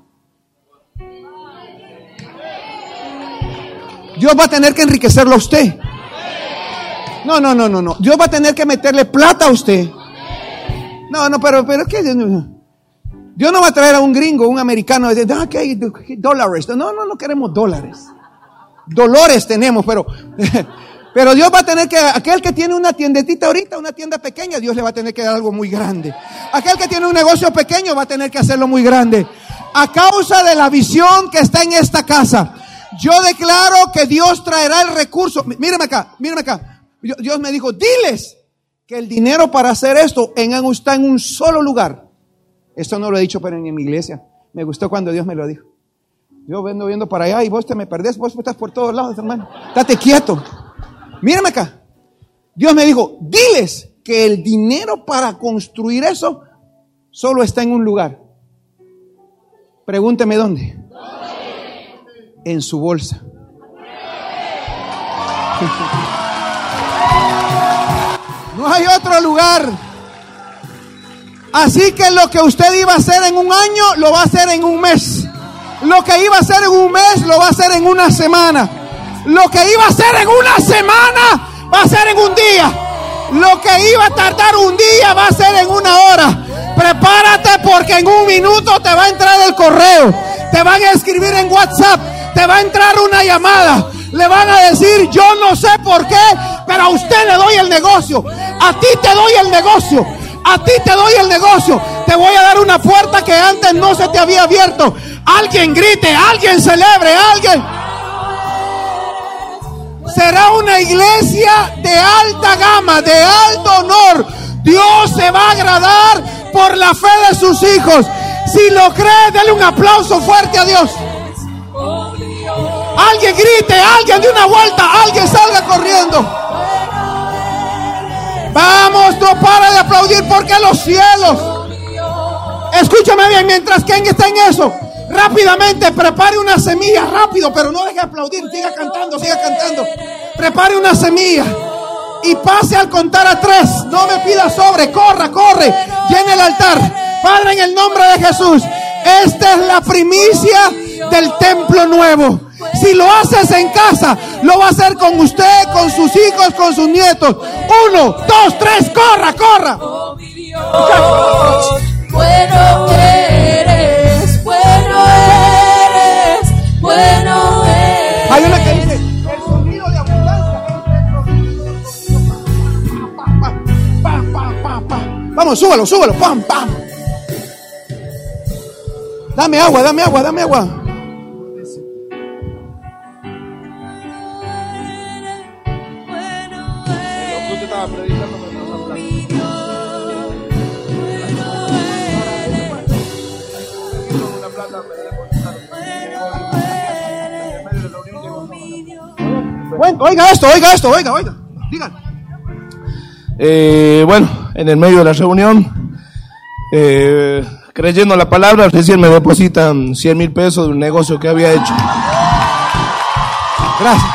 Dios va a tener que enriquecerlo a usted. No, no, no, no, no. Dios va a tener que meterle plata a usted. No, no, pero, pero ¿qué? Dios no va a traer a un gringo, un americano, y decir, ah, ¿qué? Dólares. No, no, no queremos dólares. Dolores tenemos, pero, pero Dios va a tener que, aquel que tiene una tiendetita ahorita, una tienda pequeña, Dios le va a tener que dar algo muy grande. Aquel que tiene un negocio pequeño va a tener que hacerlo muy grande. A causa de la visión que está en esta casa, yo declaro que Dios traerá el recurso. Mírame acá, mírame acá. Dios me dijo, diles que el dinero para hacer esto en, está en un solo lugar. Esto no lo he dicho, pero en mi iglesia. Me gustó cuando Dios me lo dijo. Yo vengo viendo para allá y vos te me perdés, vos estás por todos lados, hermano. Date quieto. Mírame acá. Dios me dijo, diles que el dinero para construir eso solo está en un lugar. Pregúnteme dónde. ¿Dónde? En su bolsa. No hay otro lugar. Así que lo que usted iba a hacer en un año, lo va a hacer en un mes. Lo que iba a hacer en un mes, lo va a hacer en una semana. Lo que iba a hacer en una semana, va a ser en un día. Lo que iba a tardar un día, va a ser en una hora. Prepárate porque en un minuto te va a entrar el correo. Te van a escribir en WhatsApp. Te va a entrar una llamada. Le van a decir, yo no sé por qué, pero a usted le doy el negocio. A ti te doy el negocio. A ti te doy el negocio. Te voy a dar una puerta que antes no se te había abierto. Alguien grite, alguien celebre, alguien. Será una iglesia de alta gama, de alto honor. Dios se va a agradar por la fe de sus hijos. Si lo cree, dale un aplauso fuerte a Dios. Alguien grite, alguien de una vuelta, alguien salga corriendo. Vamos, no para de aplaudir porque los cielos. Escúchame bien, mientras que está en eso, Rápidamente, prepare una semilla, rápido, pero no deje de aplaudir, siga cantando, siga cantando. Prepare una semilla y pase al contar a tres. No me pida sobre, corra, corre, llene el altar. Padre, en el nombre de Jesús, esta es la primicia del templo nuevo. Si lo haces en casa, lo va a hacer con usted, con sus hijos, con sus nietos. Uno, dos, tres, corra, corra. Oh, mi Dios, bueno eres, bueno eres, bueno eres. Hay una que dice, el sonido de abundancia. Pa, pa, pa, pa. Vamos, súbalo, súbalo, pam, pam. Dame agua, dame agua, dame agua. Bueno, oiga esto, oiga esto, oiga, oiga. Digan. Eh, bueno, en el medio de la reunión, eh, creyendo la palabra, recién me depositan cien mil pesos de un negocio que había hecho. Gracias.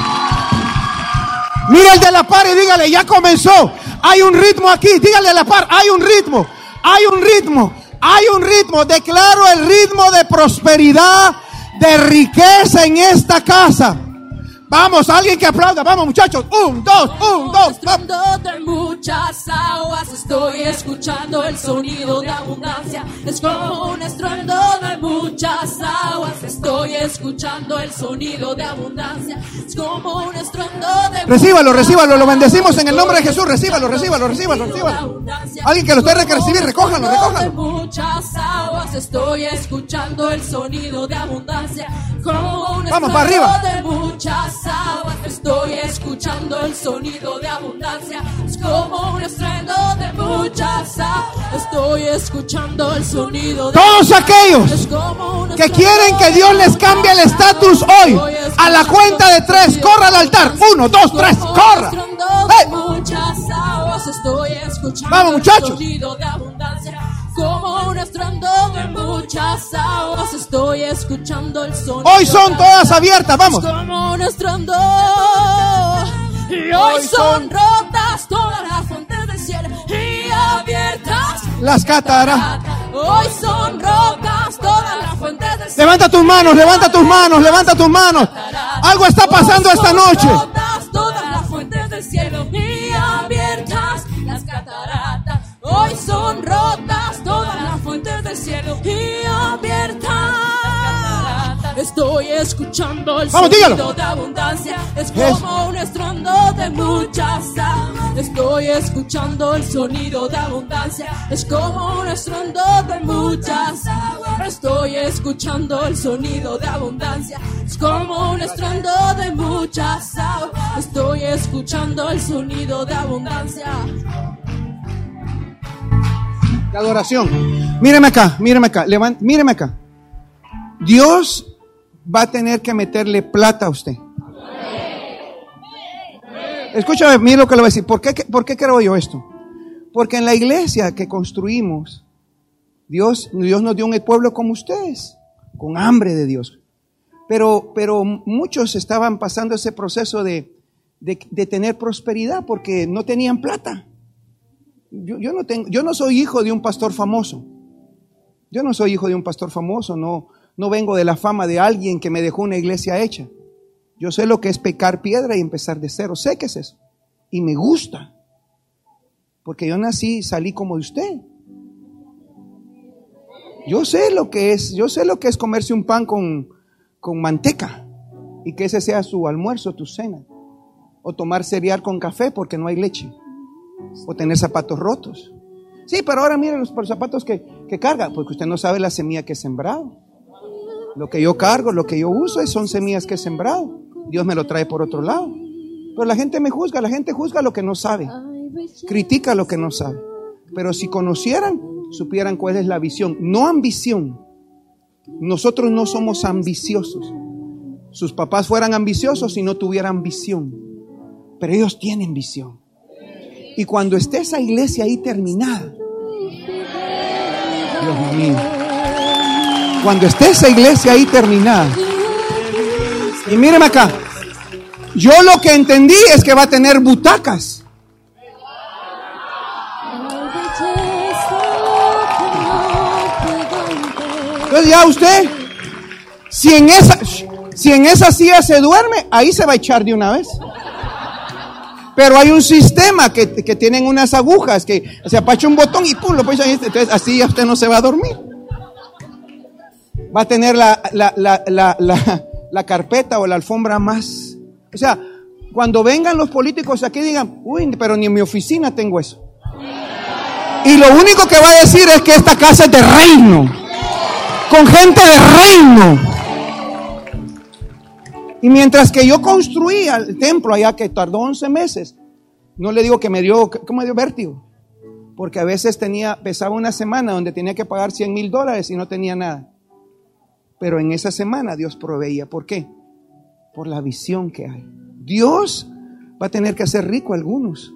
Mira el de la par y dígale, ya comenzó. Hay un ritmo aquí. Dígale a la par, hay un ritmo. Hay un ritmo. Hay un ritmo. Declaro el ritmo de prosperidad, de riqueza en esta casa. Vamos, alguien que aplauda. Vamos, muchachos. Un, dos, un, dos. Estruendo de muchas aguas, estoy escuchando el sonido de abundancia. Es como un estruendo de muchas aguas, estoy escuchando el sonido de abundancia. Es como un estruendo de Recíbalo, recíbalo, lo bendecimos en el nombre de Jesús. Recíbalo, recíbalo, recíbalo, recíbalo. Alguien que lo tenga que recibir, recójanlo, recójanlo. De muchas aguas, estoy escuchando el sonido de abundancia. Como un Vamos, para arriba. de muchas aguas, estoy escuchando el sonido de abundancia. Es como un estruendo de muchas aguas, estoy escuchando el sonido de Todos aquellos Es como un que quieren que Dios les cambie el estatus hoy, a la cuenta de tres, corra al altar. Uno, dos, tres, corra. ¡Hey! Muchas aguas, estoy escuchando Vamos, muchachos. el sonido de abundancia. Como un estruendo de muchas aguas, estoy escuchando el sonido. Hoy son todas abiertas, vamos. Es como un estruendo. Y hoy son rotas todas las fuentes del cielo y abiertas Las cataratas. Hoy son rotas todas las fuentes del cielo. Levanta tus manos, levanta tus manos, levanta tus manos. Algo está pasando esta noche. Hoy son rotas todas las fuentes del cielo y abiertas las cataratas. Hoy son rotas todas las fuentes del cielo y abiertas. Estoy escuchando el Vamos, sonido dígalo. de abundancia. Es como un estruendo de muchas aguas. Estoy escuchando el sonido de abundancia. Es como un estruendo de muchas aguas. Estoy escuchando el sonido de abundancia. Es como un estruendo de muchas aguas. Estoy escuchando el sonido de abundancia. De adoración. Míreme acá, míreme acá, levant, míreme acá. Dios va a tener que meterle plata a usted. Escúchame, mira lo que le voy a decir. ¿Por qué, por qué creo yo esto? Porque en la iglesia que construimos, Dios, Dios nos dio un pueblo como ustedes, con hambre de Dios. Pero, pero muchos estaban pasando ese proceso de, de, de tener prosperidad porque no tenían plata. Yo, yo, no tengo, yo no soy hijo de un pastor famoso. Yo no soy hijo de un pastor famoso, no, no vengo de la fama de alguien que me dejó una iglesia hecha. Yo sé lo que es pecar piedra y empezar de cero. Sé que es eso. Y me gusta. Porque yo nací, salí como de usted. Yo sé lo que es, yo sé lo que es comerse un pan con, con manteca y que ese sea su almuerzo, tu cena. O tomar cereal con café porque no hay leche. O tener zapatos rotos. Sí, pero ahora miren los zapatos que, que carga, porque usted no sabe la semilla que he sembrado. Lo que yo cargo, lo que yo uso son semillas que he sembrado. Dios me lo trae por otro lado. Pero la gente me juzga, la gente juzga lo que no sabe. Critica lo que no sabe. Pero si conocieran, supieran cuál es la visión. No ambición. Nosotros no somos ambiciosos. Sus papás fueran ambiciosos y no tuvieran visión. Pero ellos tienen visión. Y cuando esté esa iglesia ahí terminada, Dios mío, Cuando esté esa iglesia ahí terminada. Y míreme acá. Yo lo que entendí es que va a tener butacas. Entonces ya usted, si en esa, si en esa silla se duerme, ahí se va a echar de una vez. Pero hay un sistema que, que tienen unas agujas que se apacha un botón y pum, lo pone ahí. Entonces así ya usted no se va a dormir. Va a tener la, la, la, la, la, la carpeta o la alfombra más. O sea, cuando vengan los políticos aquí digan, uy, pero ni en mi oficina tengo eso. Y lo único que va a decir es que esta casa es de reino, con gente de reino. Y mientras que yo construía el templo allá, que tardó once meses, no le digo que me dio, ¿cómo me dio vértigo? Porque a veces tenía, pesaba una semana donde tenía que pagar cien mil dólares y no tenía nada. Pero en esa semana Dios proveía. ¿Por qué? Por la visión que hay. Dios va a tener que hacer rico a algunos.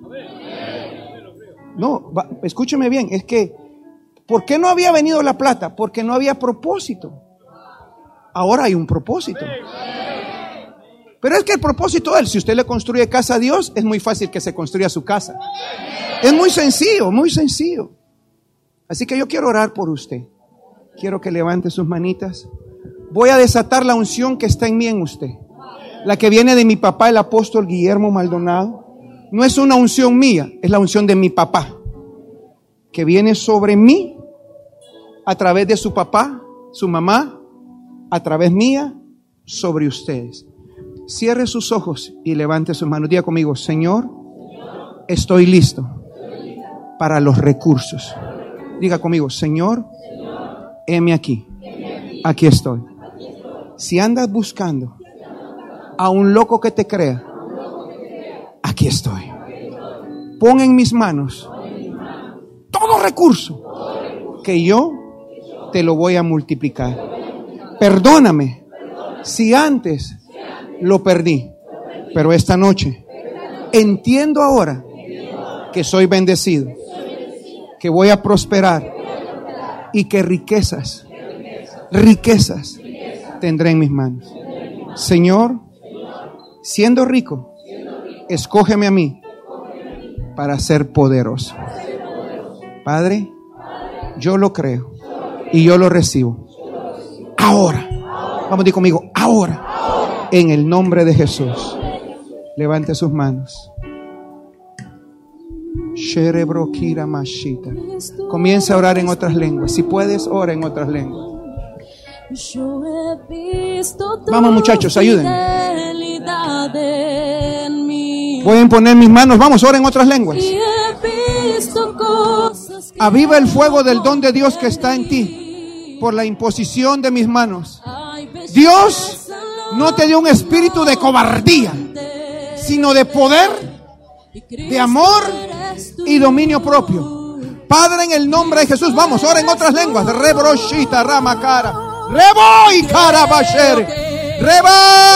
No, va, escúcheme bien, es que, ¿por qué no había venido la plata? Porque no había propósito. Ahora hay un propósito. Pero es que el propósito es, si usted le construye casa a Dios, es muy fácil que se construya su casa. Es muy sencillo, muy sencillo. Así que yo quiero orar por usted. Quiero que levante sus manitas. Voy a desatar la unción que está en mí en usted. La que viene de mi papá, el apóstol Guillermo Maldonado. No es una unción mía, es la unción de mi papá, que viene sobre mí a través de su papá, su mamá, a través mía, sobre ustedes. Cierre sus ojos y levante sus manos. Diga conmigo, Señor, estoy listo para los recursos. Diga conmigo, Señor, heme aquí. Aquí estoy. Si andas buscando a un loco que te crea, aquí estoy. Pon en mis manos todo recurso que yo te lo voy a multiplicar. Perdóname si antes lo perdí, pero esta noche entiendo ahora que soy bendecido, que voy a prosperar y que riquezas, riquezas tendré en mis manos. Señor, siendo rico, escógeme a mí para ser poderoso. Padre, yo lo creo y yo lo recibo. Ahora, vamos a decir conmigo, ahora, en el nombre de Jesús. Levante sus manos. Comienza a orar en otras lenguas. Si puedes, ora en otras lenguas. Vamos, muchachos, ayúdenme. Voy a imponer mis manos. Vamos, ora en otras lenguas. Aviva el fuego del don de Dios que está en ti por la imposición de mis manos. Dios no te dio un espíritu de cobardía, sino de poder, de amor y dominio propio. Padre, en el nombre de Jesús, vamos, ora en otras lenguas. Rebroshita, Ramacara, Rebo y Carabasher, Reba,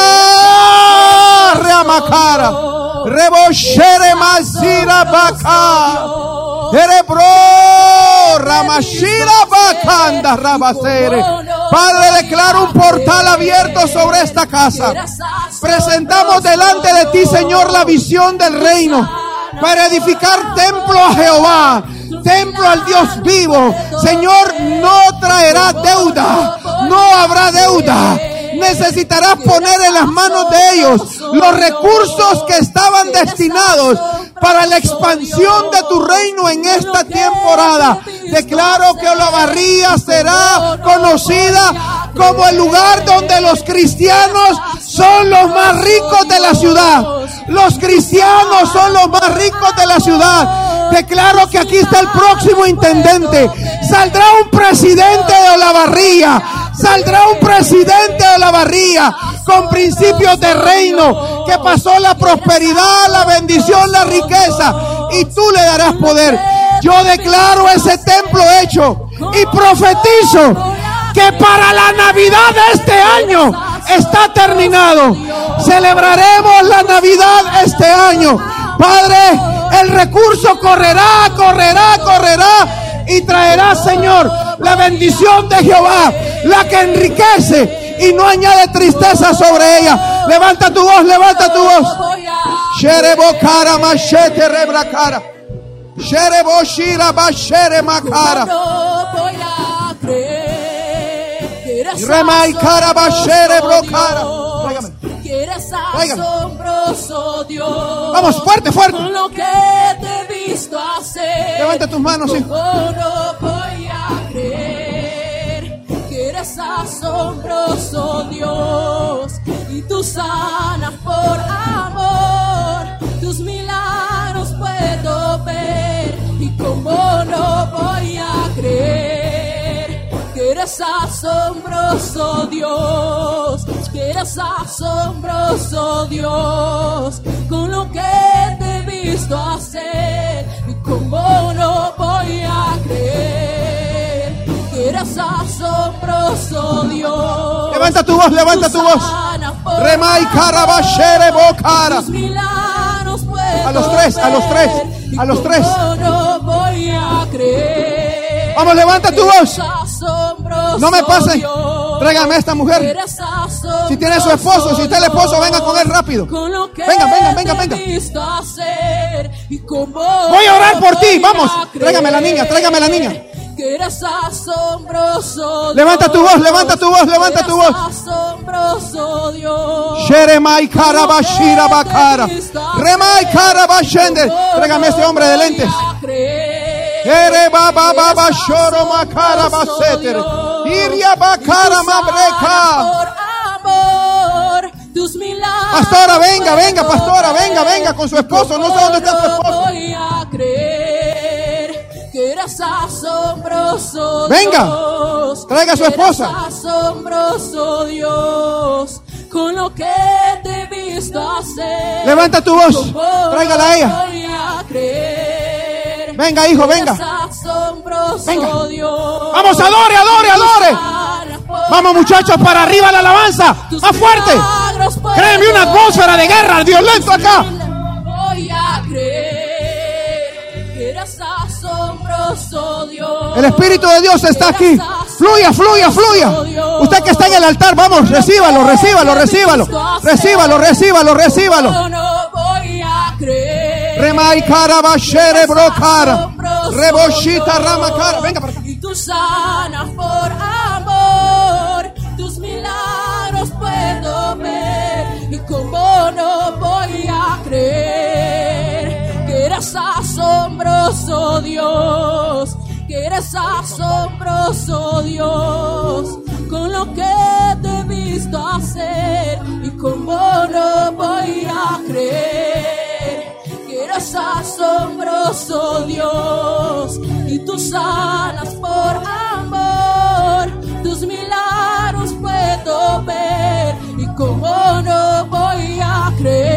Ramacara, Reboshere Mazira Baka, Erebro, Ramashira Bakanda, Rabasere. Padre, declaro un portal abierto sobre esta casa. Presentamos delante de ti, Señor, la visión del reino para edificar templo a Jehová, templo al Dios vivo. Señor, no traerá deuda, no habrá deuda. Necesitarás poner en las manos de ellos los recursos que estaban destinados para la expansión de tu reino en esta temporada. Declaro que Olavarría será conocida como el lugar donde los cristianos son los más ricos de la ciudad. Los cristianos son los más ricos de la ciudad. Declaro que aquí está el próximo intendente. Saldrá un presidente de Olavarría. Saldrá un presidente de Olavarría con principios de reino, que pasó la prosperidad, la bendición, la riqueza, y tú le darás poder. Yo declaro ese templo hecho y profetizo que para la Navidad de este año está terminado. Celebraremos la Navidad este año. Padre, el recurso correrá, correrá, correrá y traerá, Señor, la bendición de Jehová la que enriquece y no añade tristeza sobre ella. Levanta tu voz, levanta tu voz. Sherebo cara machete rebra cara. Sherebo shira bashere makara. No voy a creer que eres Remai cara bashere brocara. asombroso Dios, que eres asombroso Dios. Vamos, fuerte, fuerte. Con lo que te he visto hacer. Levanta tus manos, hijo. ¿Cómo no voy a creer que eres asombroso Dios? Y tú sanas por amor, tus milagros puedo ver. Y cómo no voy a creer que eres asombroso Dios, que eres asombroso Dios, con lo que te he visto hacer. Y cómo no voy a creer que eres asombroso Dios. Levanta tu voz, levanta tu voz. Remai cara bashere bocara. A los tres, a los tres, a los tres. No voy a creer. Vamos, levanta tu voz. No me pasen. Tráigame a esta mujer. Si tiene su esposo, si usted es el esposo, venga con él rápido. Venga, venga, venga, venga. Voy a orar por ti. Vamos. Tráigame la niña, tráigame la niña. Que eres asombroso Dios. Levanta tu voz, levanta tu voz, levanta tu voz. Asombroso Dios. Sheremai karabashira bakara. Remai karabashende. Tráigame a este hombre de lentes. Ere baba baba shoro makara baseter. Iria bakara mabreka. Por amor, tus milagros. Pastora, venga, venga, pastora, venga, venga con su esposo. No sé dónde está su esposo. Voy a creer que eres asombroso Venga, Dios, traiga a su esposa. Eres asombroso Dios, con lo que te he visto hacer. Levanta tu voz, tráigala a ella. Voy a creer. Venga, hijo, venga. Eres asombroso Venga. Dios. Vamos, adore, adore, adore. Vamos, muchachos, para arriba la alabanza. Más fuerte. Créeme, una atmósfera de guerra violento acá. Voy a creer que eres asombroso Dios. El Espíritu de Dios está aquí. Fluya, fluya, fluya. Usted que está en el altar, vamos, recíbalo, recíbalo, recíbalo. Recíbalo, recíbalo, recíbalo. No voy a creer. Remai cara bashere brocara. Reboshita ramacara. Venga para acá. Y tú sanas por amor, tus milagros puedo ver. Y cómo no voy a creer que eres asombroso Dios, que eres asombroso Dios, con lo que te he visto hacer. Y cómo no voy a creer que eres asombroso Dios, y tú sanas por amor, tus milagros puedo ver. Y cómo no voy a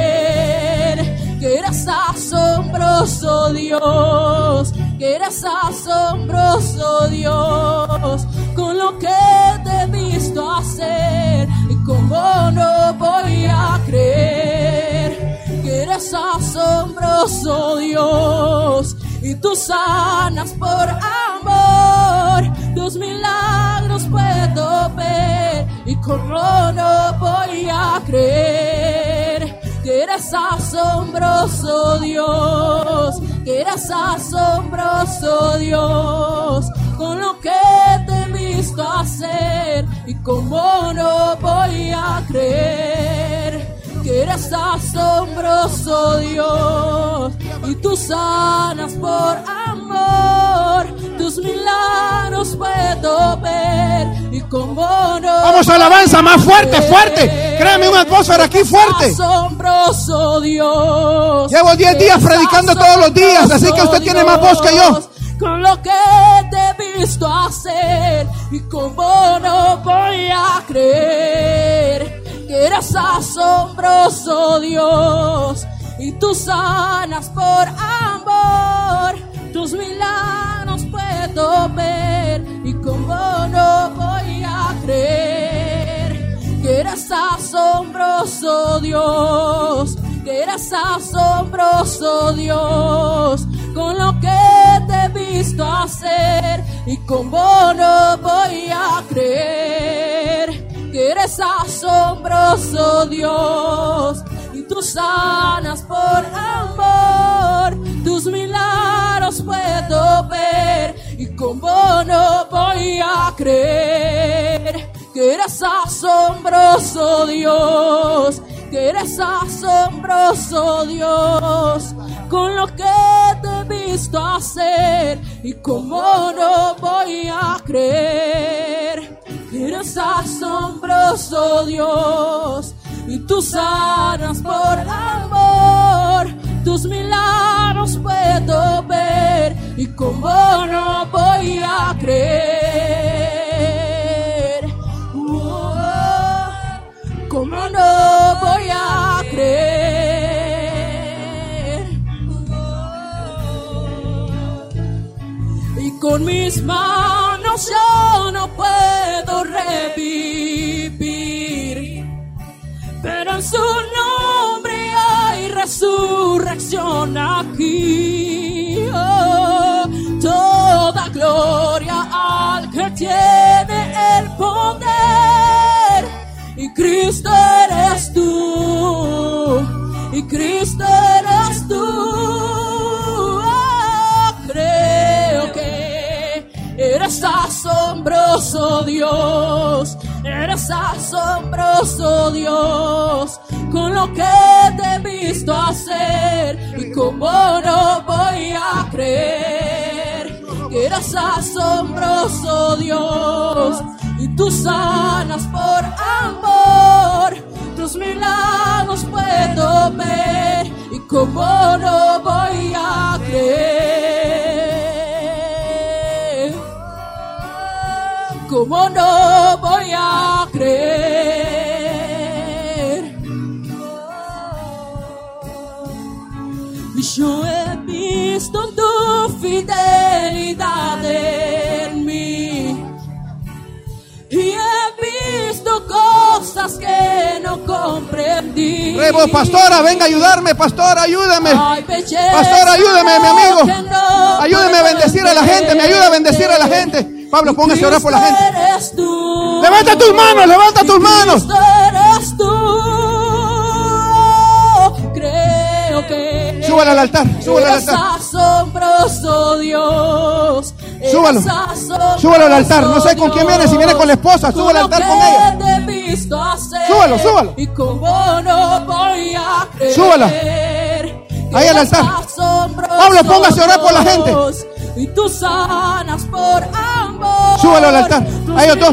creer que eres asombroso Dios, que eres asombroso Dios, con lo que te he visto hacer. Y cómo no voy a creer que eres asombroso Dios, y tú sanas por amor, tus milagros puedo ver. Y cómo no voy a creer que eres asombroso Dios, que eres asombroso Dios, con lo que te he visto hacer. Y cómo no voy a creer que eres asombroso Dios, y tú sanas por amor, tus milagros puedo ver. Y cómo no. Vamos, alabanza más fuerte, fuerte. Créeme, una atmósfera aquí fuerte. Asombroso Dios. Llevo diez días predicando todos los días, así que usted tiene más voz que yo. Con lo que te he visto hacer. Y cómo no voy a creer que eres asombroso Dios, y tú sanas por amor, tus milagros puedo ver. Y cómo no voy a creer que eres asombroso Dios, que eres asombroso Dios, con lo que te he visto hacer. Y cómo no voy a creer creer que eres asombroso, Dios, y tú sanas por amor. Tus milagros puedo ver, y cómo no voy a creer que eres asombroso, Dios, que eres asombroso, Dios, con lo que te he visto hacer, y cómo no voy a creer que eres asombroso, Dios, y tú sanas por amor. Tus milagros puedo ver, y cómo no voy a creer. Oh, cómo no voy a creer. Y con mis manos yo no puedo revivir, pero en su nombre hay resurrección aquí. Oh, toda gloria al que tiene el poder, y Cristo eres tú, y Cristo eres tú. Oh, creo que eres asombroso, Dios, eres asombroso, Dios, con lo que te he visto hacer, y cómo no voy a creer que eres asombroso, Dios, y tú sanas por amor. Tus milagros puedo ver, y cómo no voy a creer. Cómo no voy a creer. Yo he visto tu fidelidad en mí, y he visto cosas que no comprendí. Rebo, pastora, venga a ayudarme, pastor, ayúdame. Ay, Pastor, ayúdame, mi amigo. no Ayúdame a bendecir a la gente, me ayuda a bendecir a la gente. Pablo, póngase a orar por la gente. Tú, Levanta tus manos, levanta tus manos. Cristo eres tú. Creo que Súbalo al altar, súbalo al eres altar. asombroso, Dios. Eres Súbalo, asombroso, súbalo al altar. No sé con quién viene, si viene con la esposa, súbalo al altar con ella. Te he visto hacer, Súbalo, súbalo. Y cómo no voy a creer. Súbala. Ahí al altar. Pablo, póngase a orar por la gente. Y tú sanas por amor. Súbalo al altar. Hay otros.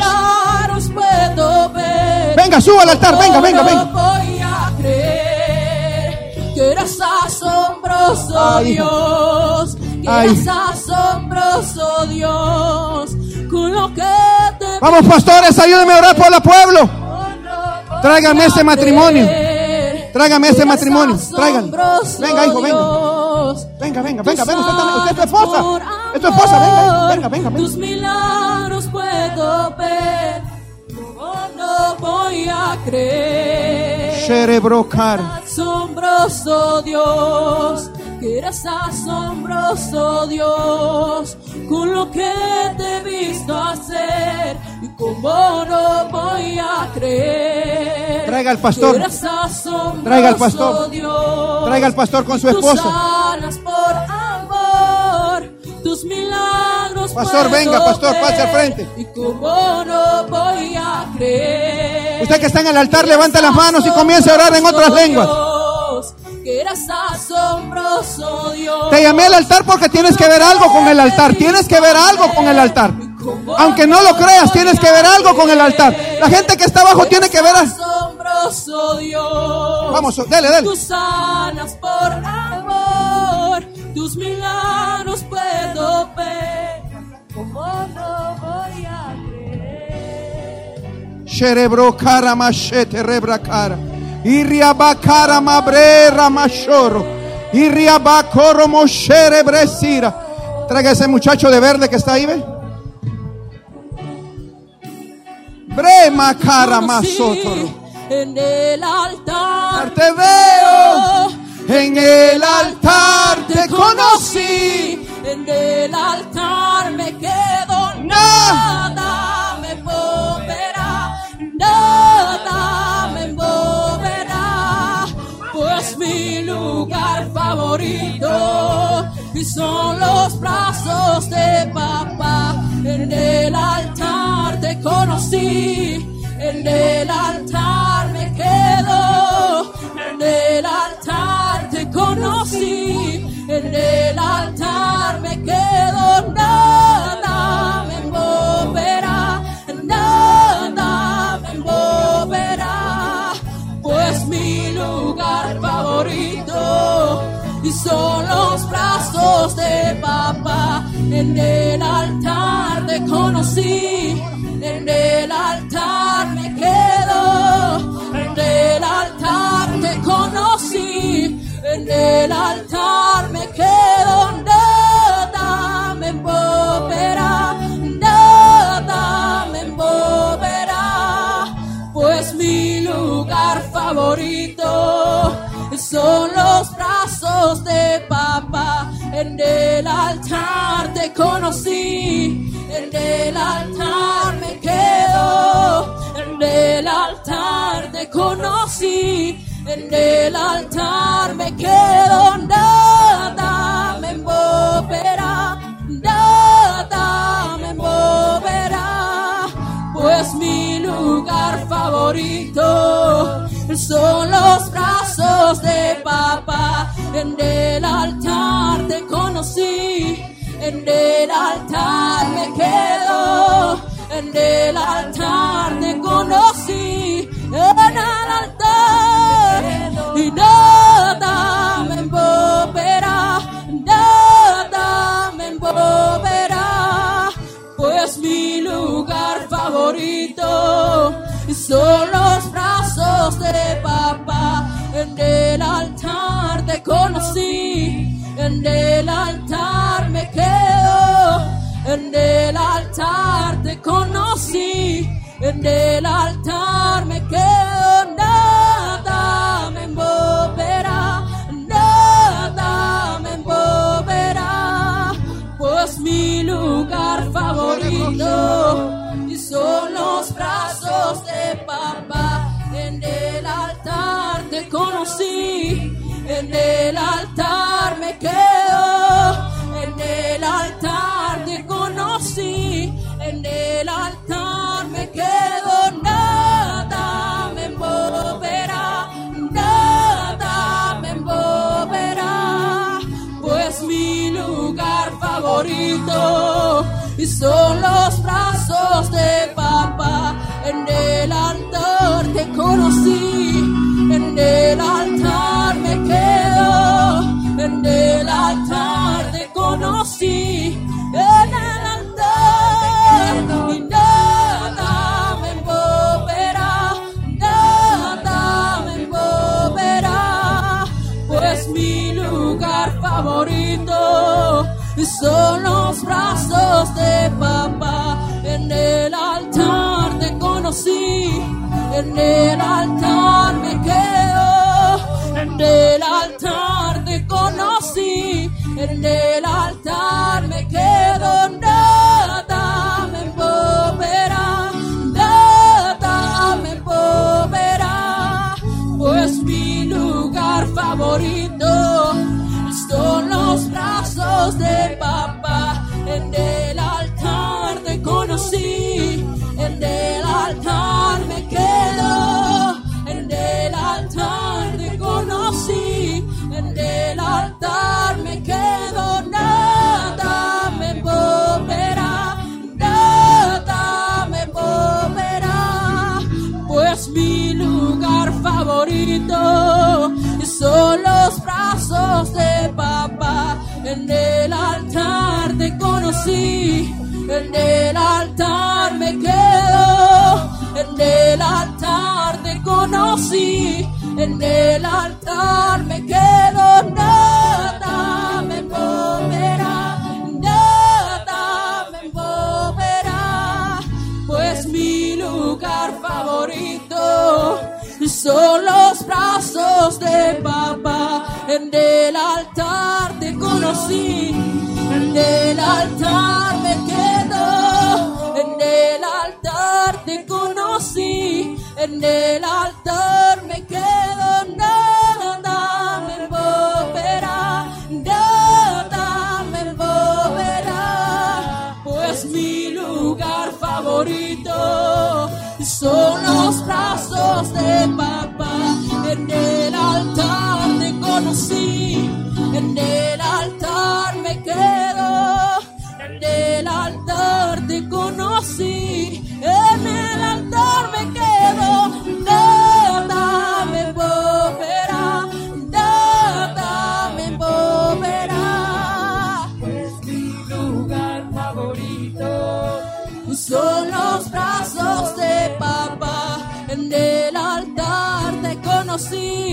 Venga, suba al altar. Venga, venga, venga. No voy a creer que eres asombroso, Ay, Dios. Que Ay. eres asombroso, Dios. Con lo que te Vamos, pastores, ayúdenme a orar por el pueblo. no voy Tráigame a ese matrimonio. creer. Tráigame ese Eres matrimonio. Tráiganlo. asombroso, Venga, hijo, venga. Dios. Venga, venga, venga, Tú venga. Usted, también, usted es tu sanas esposa. por Es tu esposa, venga, hijo. amor. Venga, venga, venga. Tus milagros puedo ver. No, no voy a creer. Cerebro cara. Asombroso Dios, que eres asombroso Dios, con lo que te he visto hacer, y cómo no voy a creer. Traiga al pastor. Que eres asombroso, Traiga al pastor. Dios. Traiga al pastor con su Tú esposa. sanas por amor, tus milagros Pastor, puedo venga, pastor, pase al ver, frente. y cómo no voy a creer. Usted que está en el altar, levanta las manos y comience a orar en otras lenguas. Dios, que eres asombroso, Dios. Te llamé al altar porque tienes que ver algo con el altar. Tienes que ver algo con el altar. Aunque no lo creas, tienes que ver algo con el altar. La gente que está abajo tiene que ver. Asombroso Dios. Vamos, dele, dele. Tú sanas por amor, tus milagros puedo ver. ¿Cómo no voy a creer? Cerebro cara machete rebra cara. Iriaba cara mabrera machorro. Iriaba coro moshere bresira. Traiga ese muchacho de verde que está ahí, ¿ve? Brema cara masotoro. En el altar Te veo, en el altar te conocí. En el altar me quedo, nada me pues mi lugar favorito y son los brazos de papá. En el altar te conocí, en el altar me quedo, en el altar te conocí, en el altar me quedo. Nada me moverá, nada me moverá, pues mi lugar favorito y son los brazos de papá. En el altar te conocí, en el altar me quedo, en el altar te conocí, en el altar me quedo. Nada me moverá, nada me moverá, pues mi lugar favorito son los brazos de papá. En el altar te conocí, en el altar me quedo, en el altar te conocí, en el altar me quedo. Nada me moverá, nada me moverá, pues mi lugar favorito son los brazos de papá. En el altar te conocí, en el altar me quedo, en el altar te conocí, en el altar, y nada me moverá, nada me moverá, pues mi lugar favorito son los brazos de papá. En el altar te conocí, en el altar me quedo, en el altar te conocí, en el altar me quedo. Nada me moverá, nada me moverá, pues mi lugar favorito y son los brazos de papá. En el altar te conocí, en el altar me quedo, en el altar te conocí, en el altar me quedo. Nada me moverá, nada me moverá, pues mi lugar favorito y son los brazos de papá. En el altar te conocí, en el altar me quedo, en el altar te conocí, en el altar, y nada me moverá, nada me moverá, pues mi lugar favorito son los brazos de papá. En el altar te conocí, en el altar me quedo, en el altar te conocí, en el altar me quedo. Nada me moverá, nada me moverá, pues mi lugar favorito son los brazos de papá. En el altar te conocí, en el altar me quedo, en el altar te conocí, en el altar me quedo. Nada me moverá, nada me moverá, pues mi lugar favorito son los brazos de papá. En el altar te conocí, en el altar me quedo, en el altar te conocí, en el altar me quedo. Nada me moverá, nada me moverá, pues mi lugar favorito son los brazos de papá. En el altar te conocí, en el altar me quedo, en el altar te conocí, en el altar me quedo. Nada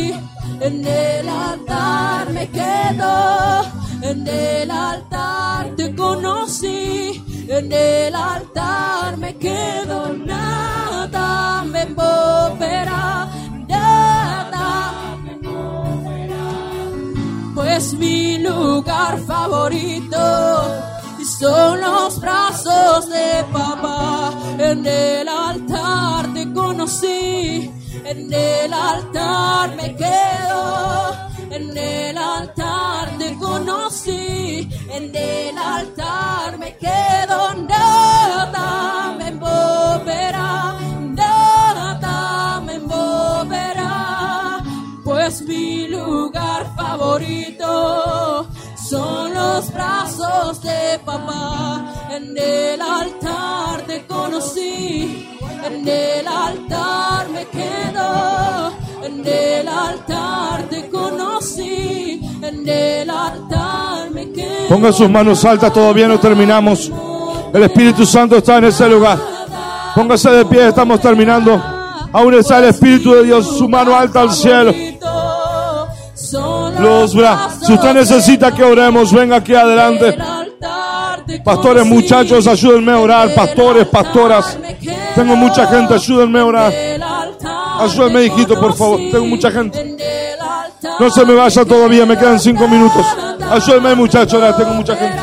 conocí, en el altar me quedo, en el altar te conocí, en el altar me quedo, nada me moverá, nada me moverá, pues mi lugar favorito son los brazos de papá. En el altar te conocí, en el altar me quedo, en el altar te conocí, en el altar me quedo, nada me moverá, nada me moverá, pues mi lugar favorito son los brazos de papá. En el altar te conocí, en el altar me quedo, en el altar te conocí, en el altar me quedo. Pongan sus manos altas, todavía no terminamos. El Espíritu Santo está en ese lugar. Póngase de pie, estamos terminando. Aún está el Espíritu de Dios, su mano alta al cielo. Los brazos. Si usted necesita que oremos, venga aquí adelante. Pastores, muchachos, ayúdenme a orar. Pastores, pastoras. Tengo mucha gente, ayúdenme a orar. Ayúdenme, hijito, por favor. Tengo mucha gente. No se me vaya todavía, me quedan cinco minutos. Ayúdenme, muchachos, ahora tengo mucha gente.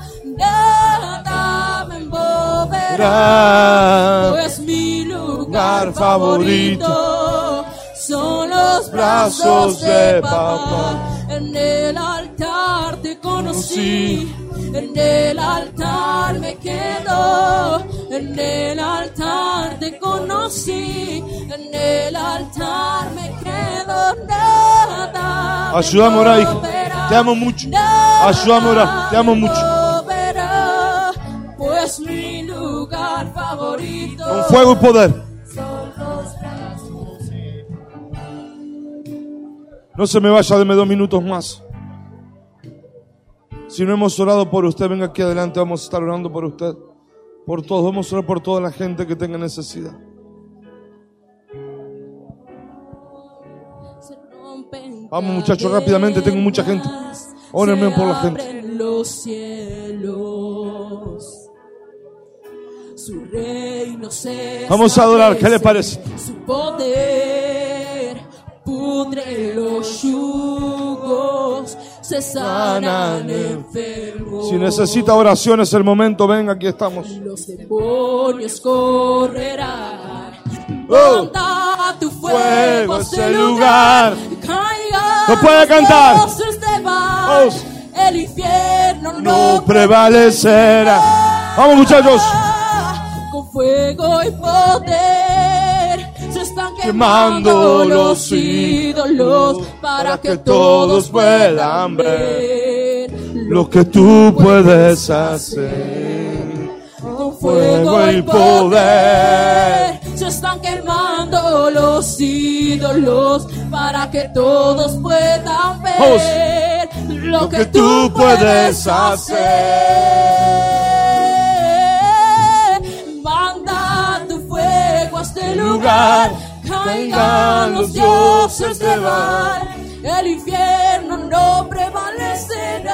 Pues mi lugar favorito son los brazos de papá. En el altar te conocí, en el altar me quedo, en el altar te conocí, en el altar me quedo, nada. Ayúdame a orar, hijo. Te amo mucho. Ayúdame a orar. Te amo mucho. Pues mi lugar favorito con fuego y poder. Son los brazos. No se me vaya, deme dos minutos más. Si no hemos orado por usted, venga aquí adelante, vamos a estar orando por usted, por todos, vamos a orar por toda la gente que tenga necesidad. Vamos, muchachos, rápidamente, tengo mucha gente. Órenme por la gente. Los cielos. Su reino se vamos a adorar, ¿qué le parece? Su poder pudre los yugos, se sanan enfermos. Si necesita oración es el momento, venga, aquí estamos. Los demonios correrán. Oh, manda tu fuego, fuego a ese este lugar. Caiga No puede cantar. Oh, el infierno no, no prevalecerá. Vamos, muchachos. Con fuego y poder se están quemando quemando los ídolos para que todos puedan ver lo que tú puedes hacer. Con fuego y poder se están quemando los ídolos para que todos puedan ver lo que tú puedes hacer. Este lugar, caigan los dioses de Baal, el infierno no prevalecerá.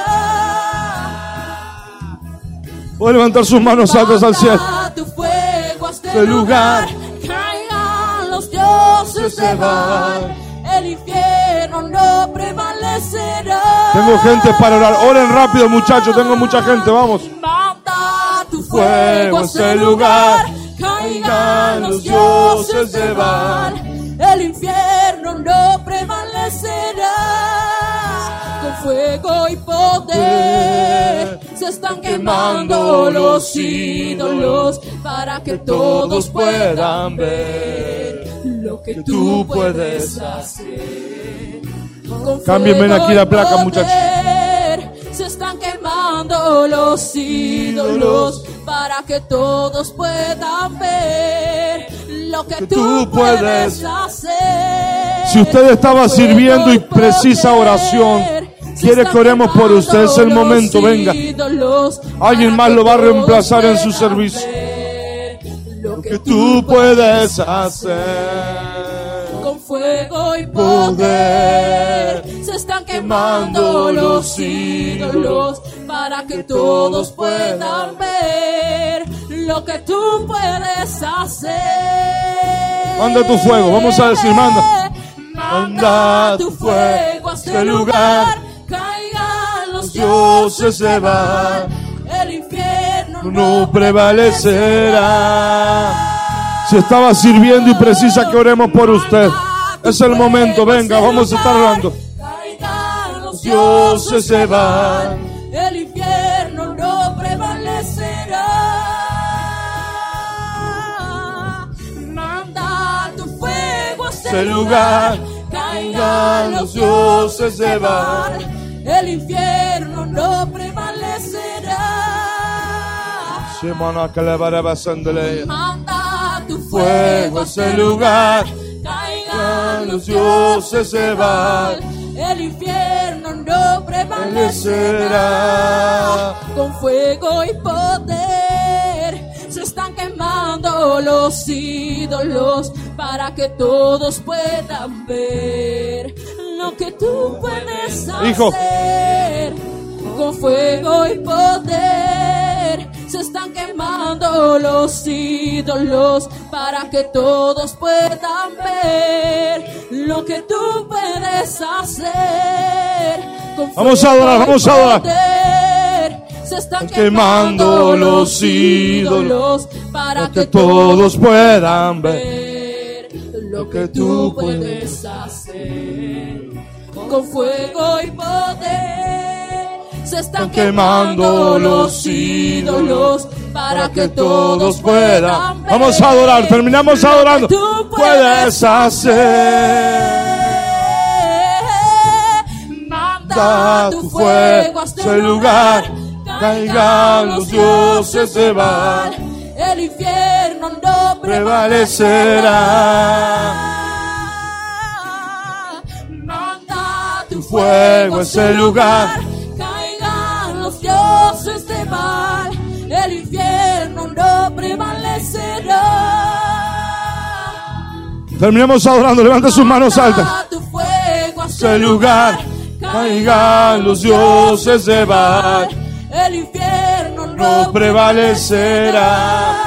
Puede levantar sus manos altas al cielo. Tu fuego a este este lugar, caigan los dioses de Baal, el infierno no prevalecerá. Tengo gente para orar, oren rápido, muchachos, tengo mucha gente, vamos. Manda tu fuego a este lugar, caigan los dioses de Baal, el infierno no prevalecerá. Con fuego y poder se están quemando los ídolos para que todos puedan ver lo que tú puedes hacer. Cámbienme aquí la placa, muchachos. Se están quemando los ídolos para que todos puedan ver lo que, que tú, tú puedes hacer. Si usted estaba sirviendo y precisa oración, quiere que oremos por usted, es el momento, venga. Alguien más lo va a reemplazar en su servicio. Lo que tú puedes hacer. Con fuego y poder. Se están quemando los ídolos para que todos puedan ver lo que tú puedes hacer. Manda tu fuego, vamos a decir, manda. Manda tu fuego a este lugar, caigan los dioses, se van, el infierno no prevalecerá. Si estaba sirviendo y precisa que oremos por usted, es el momento, venga, vamos a estar orando. Caigan los dioses, se van, el infierno no prevalecerá. Manda tu fuego a este lugar, caigan los dioses, se van, el infierno no prevalecerá. Manda tu fuego a ese lugar, caigan los dioses, se van, el infierno no prevalecerá. Con fuego y poder se están quemando los ídolos para que todos puedan ver lo que tú puedes hacer. Hijo. Con fuego y poder se están quemando los ídolos para que todos puedan ver lo que tú puedes hacer. Con vamos a adorar, vamos a adorar. Se están quemando los ídolos para que todos puedan ver lo que tú puedes hacer. Con fuego y poder se están quemando los ídolos para que todos puedan ver. Vamos a adorar, terminamos adorando. Tú puedes hacer. Manda tu fuego a este lugar, caigan los dioses, se van, el infierno no prevalecerá. Manda tu fuego a ese lugar, caigan los dioses, se van, el infierno no prevalecerá. Terminamos adorando, levanta sus manos altas. Manda tu fuego a ese lugar, caigan los dioses, se van, el infierno no prevalecerá.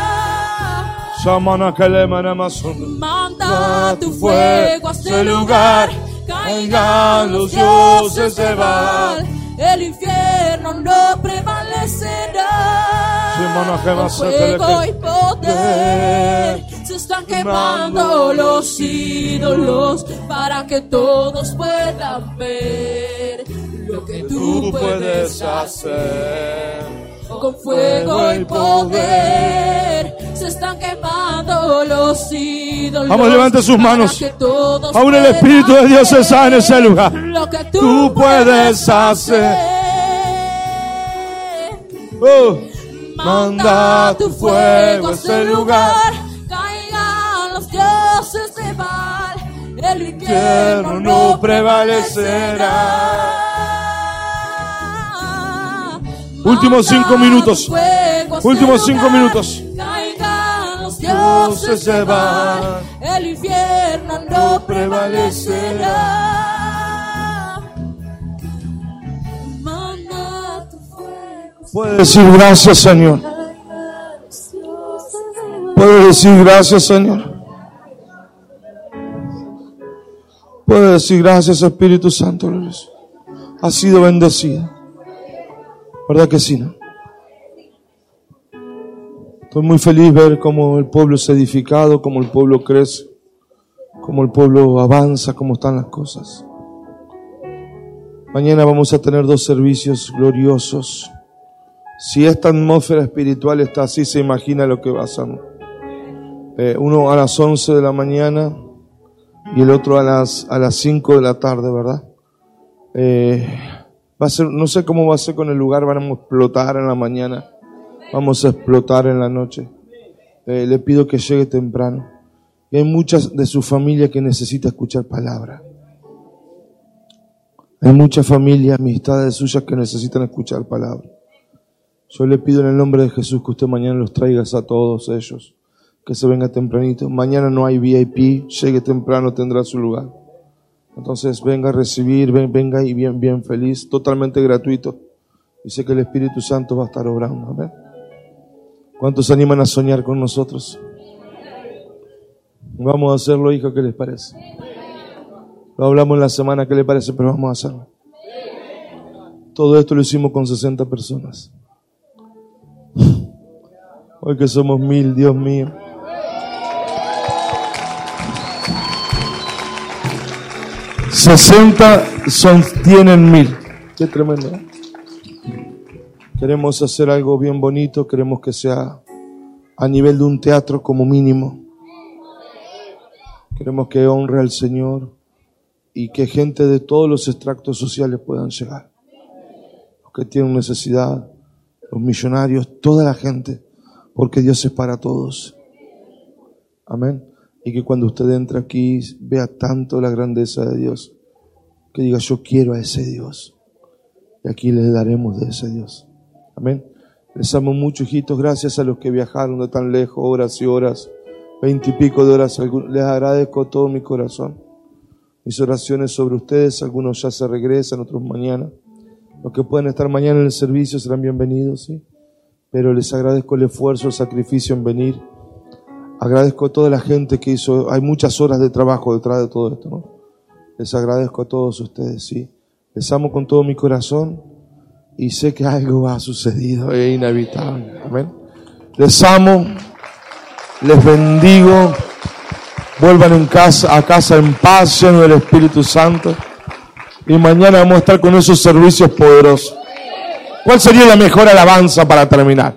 Manda tu fuego a este lugar, caigan los dioses, se van, el infierno no prevalecerá. Con fuego y poder se están quemando los ídolos para que todos puedan ver lo que tú puedes hacer. Con fuego y poder se están quemando los ídolos. Vamos, levante sus manos. Aún el Espíritu de Dios está en ese lugar. Lo que tú, tú puedes hacer. Oh. Manda tu fuego a ese lugar, caigan los dioses, se van, el infierno no prevalecerá. Últimos cinco minutos. Últimos cinco minutos. Caigan los dioses, se van, el infierno no prevalecerá. Manda tu fuego. Puede decir gracias, Señor. Puede decir gracias, Señor. Puede decir gracias, Espíritu Santo. Ha sido bendecida. ¿Verdad que sí, no? Estoy muy feliz ver cómo el pueblo es edificado, cómo el pueblo crece, cómo el pueblo avanza, cómo están las cosas. Mañana vamos a tener dos servicios gloriosos. Si esta atmósfera espiritual está así, se imagina lo que va a ser. Eh, uno a las once de la mañana y el otro a las a las cinco de la tarde, ¿verdad? Eh, va a ser, no sé cómo va a ser con el lugar, vamos a explotar en la mañana, vamos a explotar en la noche. Eh, le pido que llegue temprano. Y hay muchas de su familia que necesita escuchar palabra. Hay muchas familias, amistades suyas que necesitan escuchar palabra. Yo le pido en el nombre de Jesús que usted mañana los traiga a todos ellos, que se venga tempranito. Mañana no hay V I P, llegue temprano, tendrá su lugar. Entonces venga a recibir, ven, venga y bien, bien feliz, totalmente gratuito. Y sé que el Espíritu Santo va a estar obrando. Amén. ¿Cuántos se animan a soñar con nosotros? Vamos a hacerlo, hija, ¿qué les parece? Lo hablamos la semana, ¿qué les parece? Pero vamos a hacerlo. Todo esto lo hicimos con sesenta personas. Hoy que somos mil, Dios mío. sesenta son, tienen mil. Qué tremendo, ¿eh? Queremos hacer algo bien bonito, queremos que sea a nivel de un teatro como mínimo. Queremos que honre al Señor y que gente de todos los extractos sociales puedan llegar. Los que tienen necesidad, los millonarios, toda la gente, porque Dios es para todos. Amén. Y que cuando usted entre aquí vea tanto la grandeza de Dios, que diga, yo quiero a ese Dios. Y aquí le daremos de ese Dios. Amén. Les amo mucho, hijitos. Gracias a los que viajaron de tan lejos, horas y horas, veinte y pico de horas. Les agradezco todo mi corazón. Mis oraciones sobre ustedes. Algunos ya se regresan, otros mañana. Los que pueden estar mañana en el servicio serán bienvenidos, ¿sí? Pero les agradezco el esfuerzo, el sacrificio en venir. Agradezco a toda la gente que hizo. Hay muchas horas de trabajo detrás de todo esto, ¿no? Les agradezco a todos ustedes, ¿sí? Les amo con todo mi corazón. Y sé que algo ha sucedido, es inevitable. Amén. Les amo, les bendigo. Vuelvan en casa, a casa en paz, lleno del Espíritu Santo. Y mañana vamos a estar con esos servicios poderosos. ¿Cuál sería la mejor alabanza para terminar?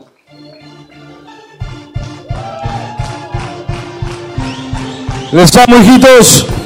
Les amo, hijitos.